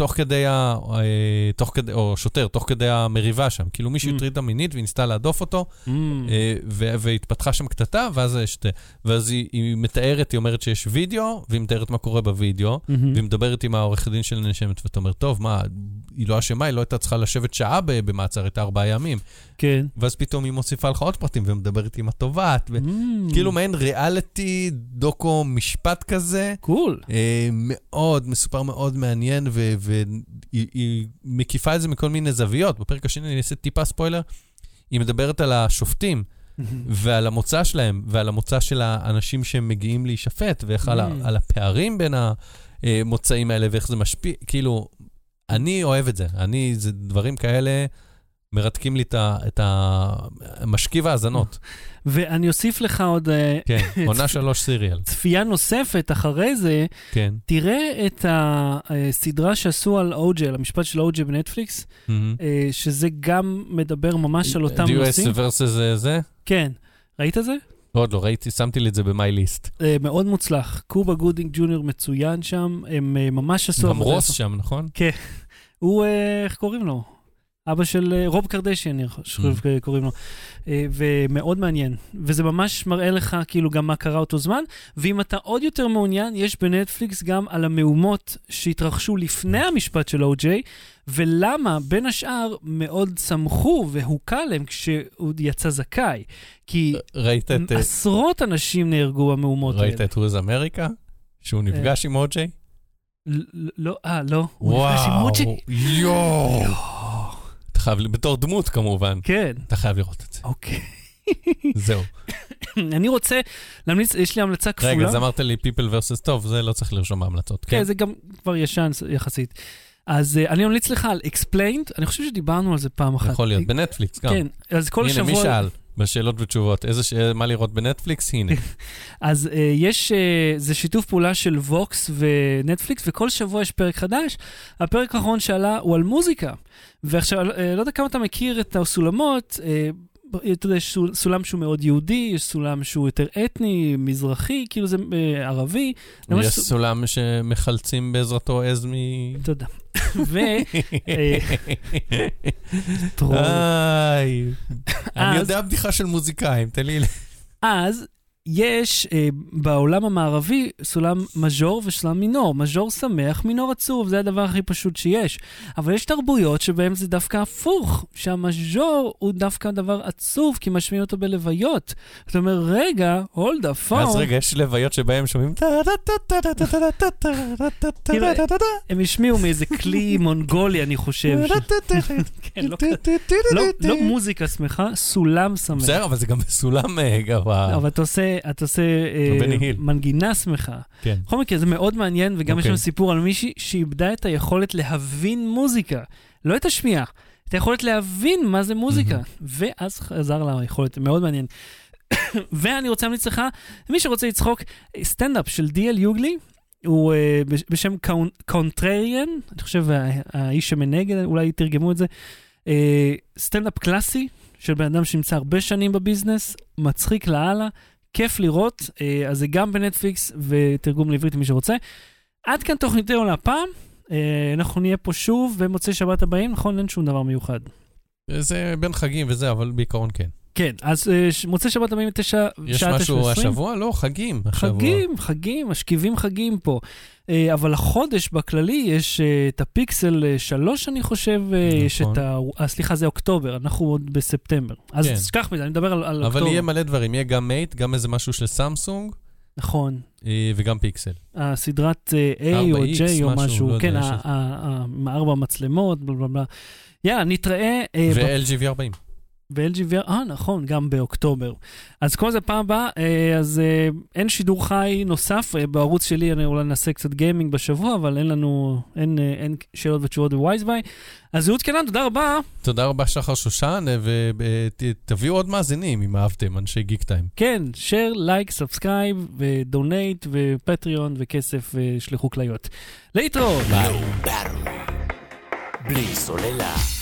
תוך כדי המריבה שם, כאילו מישהו הטריד אותה מינית, והיא ניסתה להדוף אותו, והתפתחה שם קטטה, ואז היא מתארת, היא אומרת שיש וידאו, והיא מתארת מה קורה בווידאו, והיא מדברת עם העורך דין של נשמת, ואתה אומר, טוב, מה, היא לא אשמה, היא לא הייתה צריכה לשבת שעה במעצר, הייתה 4 ימים. כן. ואז פתאום היא מוסיפה לך עוד פרטים, ומדברת עם התובעת, כאילו מעין ריאליטי, דוקו משפט כזה. קול. מאוד, מסופר מאוד מעניין, והיא מקיפה את זה מכל מיני זוויות. בפרק השני אני אעשה טיפה ספוילר, היא מדברת על השופטים, ועל המוצא שלהם, ועל המוצא של האנשים שהם מגיעים להישפט, ואיך על הפערים בין המוצאים האלה, ואיך זה משפיע, כאילו, אני אוהב את זה. זה דברים כאלה מרתקים לי את המשקיב האזנות. ואני אוסיף לך עוד... כן, עונה 3 סיריאל. צפייה נוספת אחרי זה, כן. תראה את הסדרה שעשו על OJ, על המשפט של OJ בנטפליקס, שזה גם מדבר ממש על אותם נושאים. US versus זה? כן. ראית את זה? עוד לא, ראיתי, שמתי לי את זה במי ליסט. מאוד מוצלח. קובה גודינג ג'וניור מצוין שם, הם ממש עשו... גם רוס שם, נכון? כן. הוא, איך קוראים לו? אבא של רוב קרדשיאן, קוראים לו, ומאוד מעניין, וזה ממש מראה לך כאילו גם מה קרה אותו זמן, ואם אתה עוד יותר מעוניין, יש בנטפליקס גם על המהומות שהתרחשו לפני המשפט של OJ, ולמה בין השאר מאוד שמחו והוקע להם כשהוא יצא זכאי, כי עשרות אנשים נהרגו במהומות האלה. ראית את וויז אמריקה? שהוא נפגש עם OJ? לא, לא, הוא נפגש עם OJ? יואו! בתור דמות כמובן. כן. אתה חייב לראות את זה. אוקיי. זהו. אני רוצה להמליץ, יש לי המלצה כפולה. רגע, אז אמרת לי People vs. טוב, זה לא צריך לרשום בהמלצות. כן, זה גם כבר ישן יחסית. אז אני ממליץ לך על Explained, אני חושב שדיברנו על זה פעם אחת. יכול להיות, בנטפליקס גם. כן, אז כל שבוע... הנה, מי שאל בשאלות ותשובות, מה לראות בנטפליקס? הנה. אז זה שיתוף פעולה של ווקס ונטפליקס, וכל שבוע יש פרק חדש. הפרק האחרון שעלה הוא על מוזיקה. ועכשיו, לא יודע כמה אתה מכיר את הסולמות, אתה יודע, יש סולם שהוא מאוד יהודי, יש סולם שהוא יותר אתני, מזרחי, כאילו זה ערבי. יש סולם שמחלצים בעזרתו עז מ... תודה. אני יודע בדיחה של מוזיקאים, תן לי... אז יש בעולם המערבי סולם מז'ור וסולם מינור. מז'ור שמח, מינור עצוב, זה הדבר הכי פשוט שיש. אבל יש תרבויות שבהם זה דווקא הפוך, שהמז'ור הוא דווקא דבר עצוב, כי משמיעים אותו בלוויות. זאת אומרת, רגע, hold the phone. אז רגע, יש לוויות שבהם שומעים... הם השמיעו מאיזה כלי מונגולי, אני חושב. לא מוזיקה שמחה, סולם שמח. בסדר, אבל זה גם סולם גבוה. אבל אתה עושה מנגינה שמחה. בכל מקרה, זה מאוד מעניין, וגם יש לנו סיפור על מישהי שאיבדה את היכולת להבין מוזיקה. לא את השמיעה, את היכולת להבין מה זה מוזיקה. ואז חזר לה היכולת, מאוד מעניין. ואני רוצה להמליץ לך, מי שרוצה לצחוק, סטנדאפ של דיאל יוגלי, הוא בשם קונטרריאן, אני חושב האיש שמנגד, אולי תרגמו את זה, סטנדאפ קלאסי, של בן אדם שנמצא הרבה שנים בביזנס, מצחיק להלאה, כיף לראות, אז זה גם בנטפליקס ותרגום לעברית מי שרוצה. עד כאן תוכניתנו להפעם, אנחנו נהיה פה שוב במוצאי שבת הבאים, נכון? אין שום דבר מיוחד. זה בין חגים וזה, אבל בעיקרון כן. כן, אז מוצאי שבת הבאים 9:20. יש משהו השבוע? לא, חגים. חגים, משכיבים חגים פה. אבל החודש בכללי יש את הפיקסל 3, אני חושב, יש את סליחה, זה אוקטובר, אנחנו עוד בספטמבר. אז תשכח מזה, אני מדבר על אוקטובר. אבל יהיה מלא דברים, יהיה גם מייט, גם איזה משהו של סמסונג. נכון. וגם פיקסל. הסדרת A או J או משהו, כן, עם 4 מצלמות, בלבלבלה. יאללה, נתראה. ו-LG V40. ב-LG VR, נכון, גם באוקטובר. אז כל זה פעם הבאה, אז אין שידור חי נוסף, בערוץ שלי אני אולי נעשה קצת גיימינג בשבוע, אבל אין שאלות ותשובות בווייזביי. אז יהוד קנן, תודה רבה. תודה רבה שחר שושן, ותביאו עוד מאזינים אם אהבתם, אנשי גיק טיים. כן, share, like, subscribe, ודונייט, ופטריון, וכסף, ושלחו כליות. להתראות. ביי. בלי סוללה.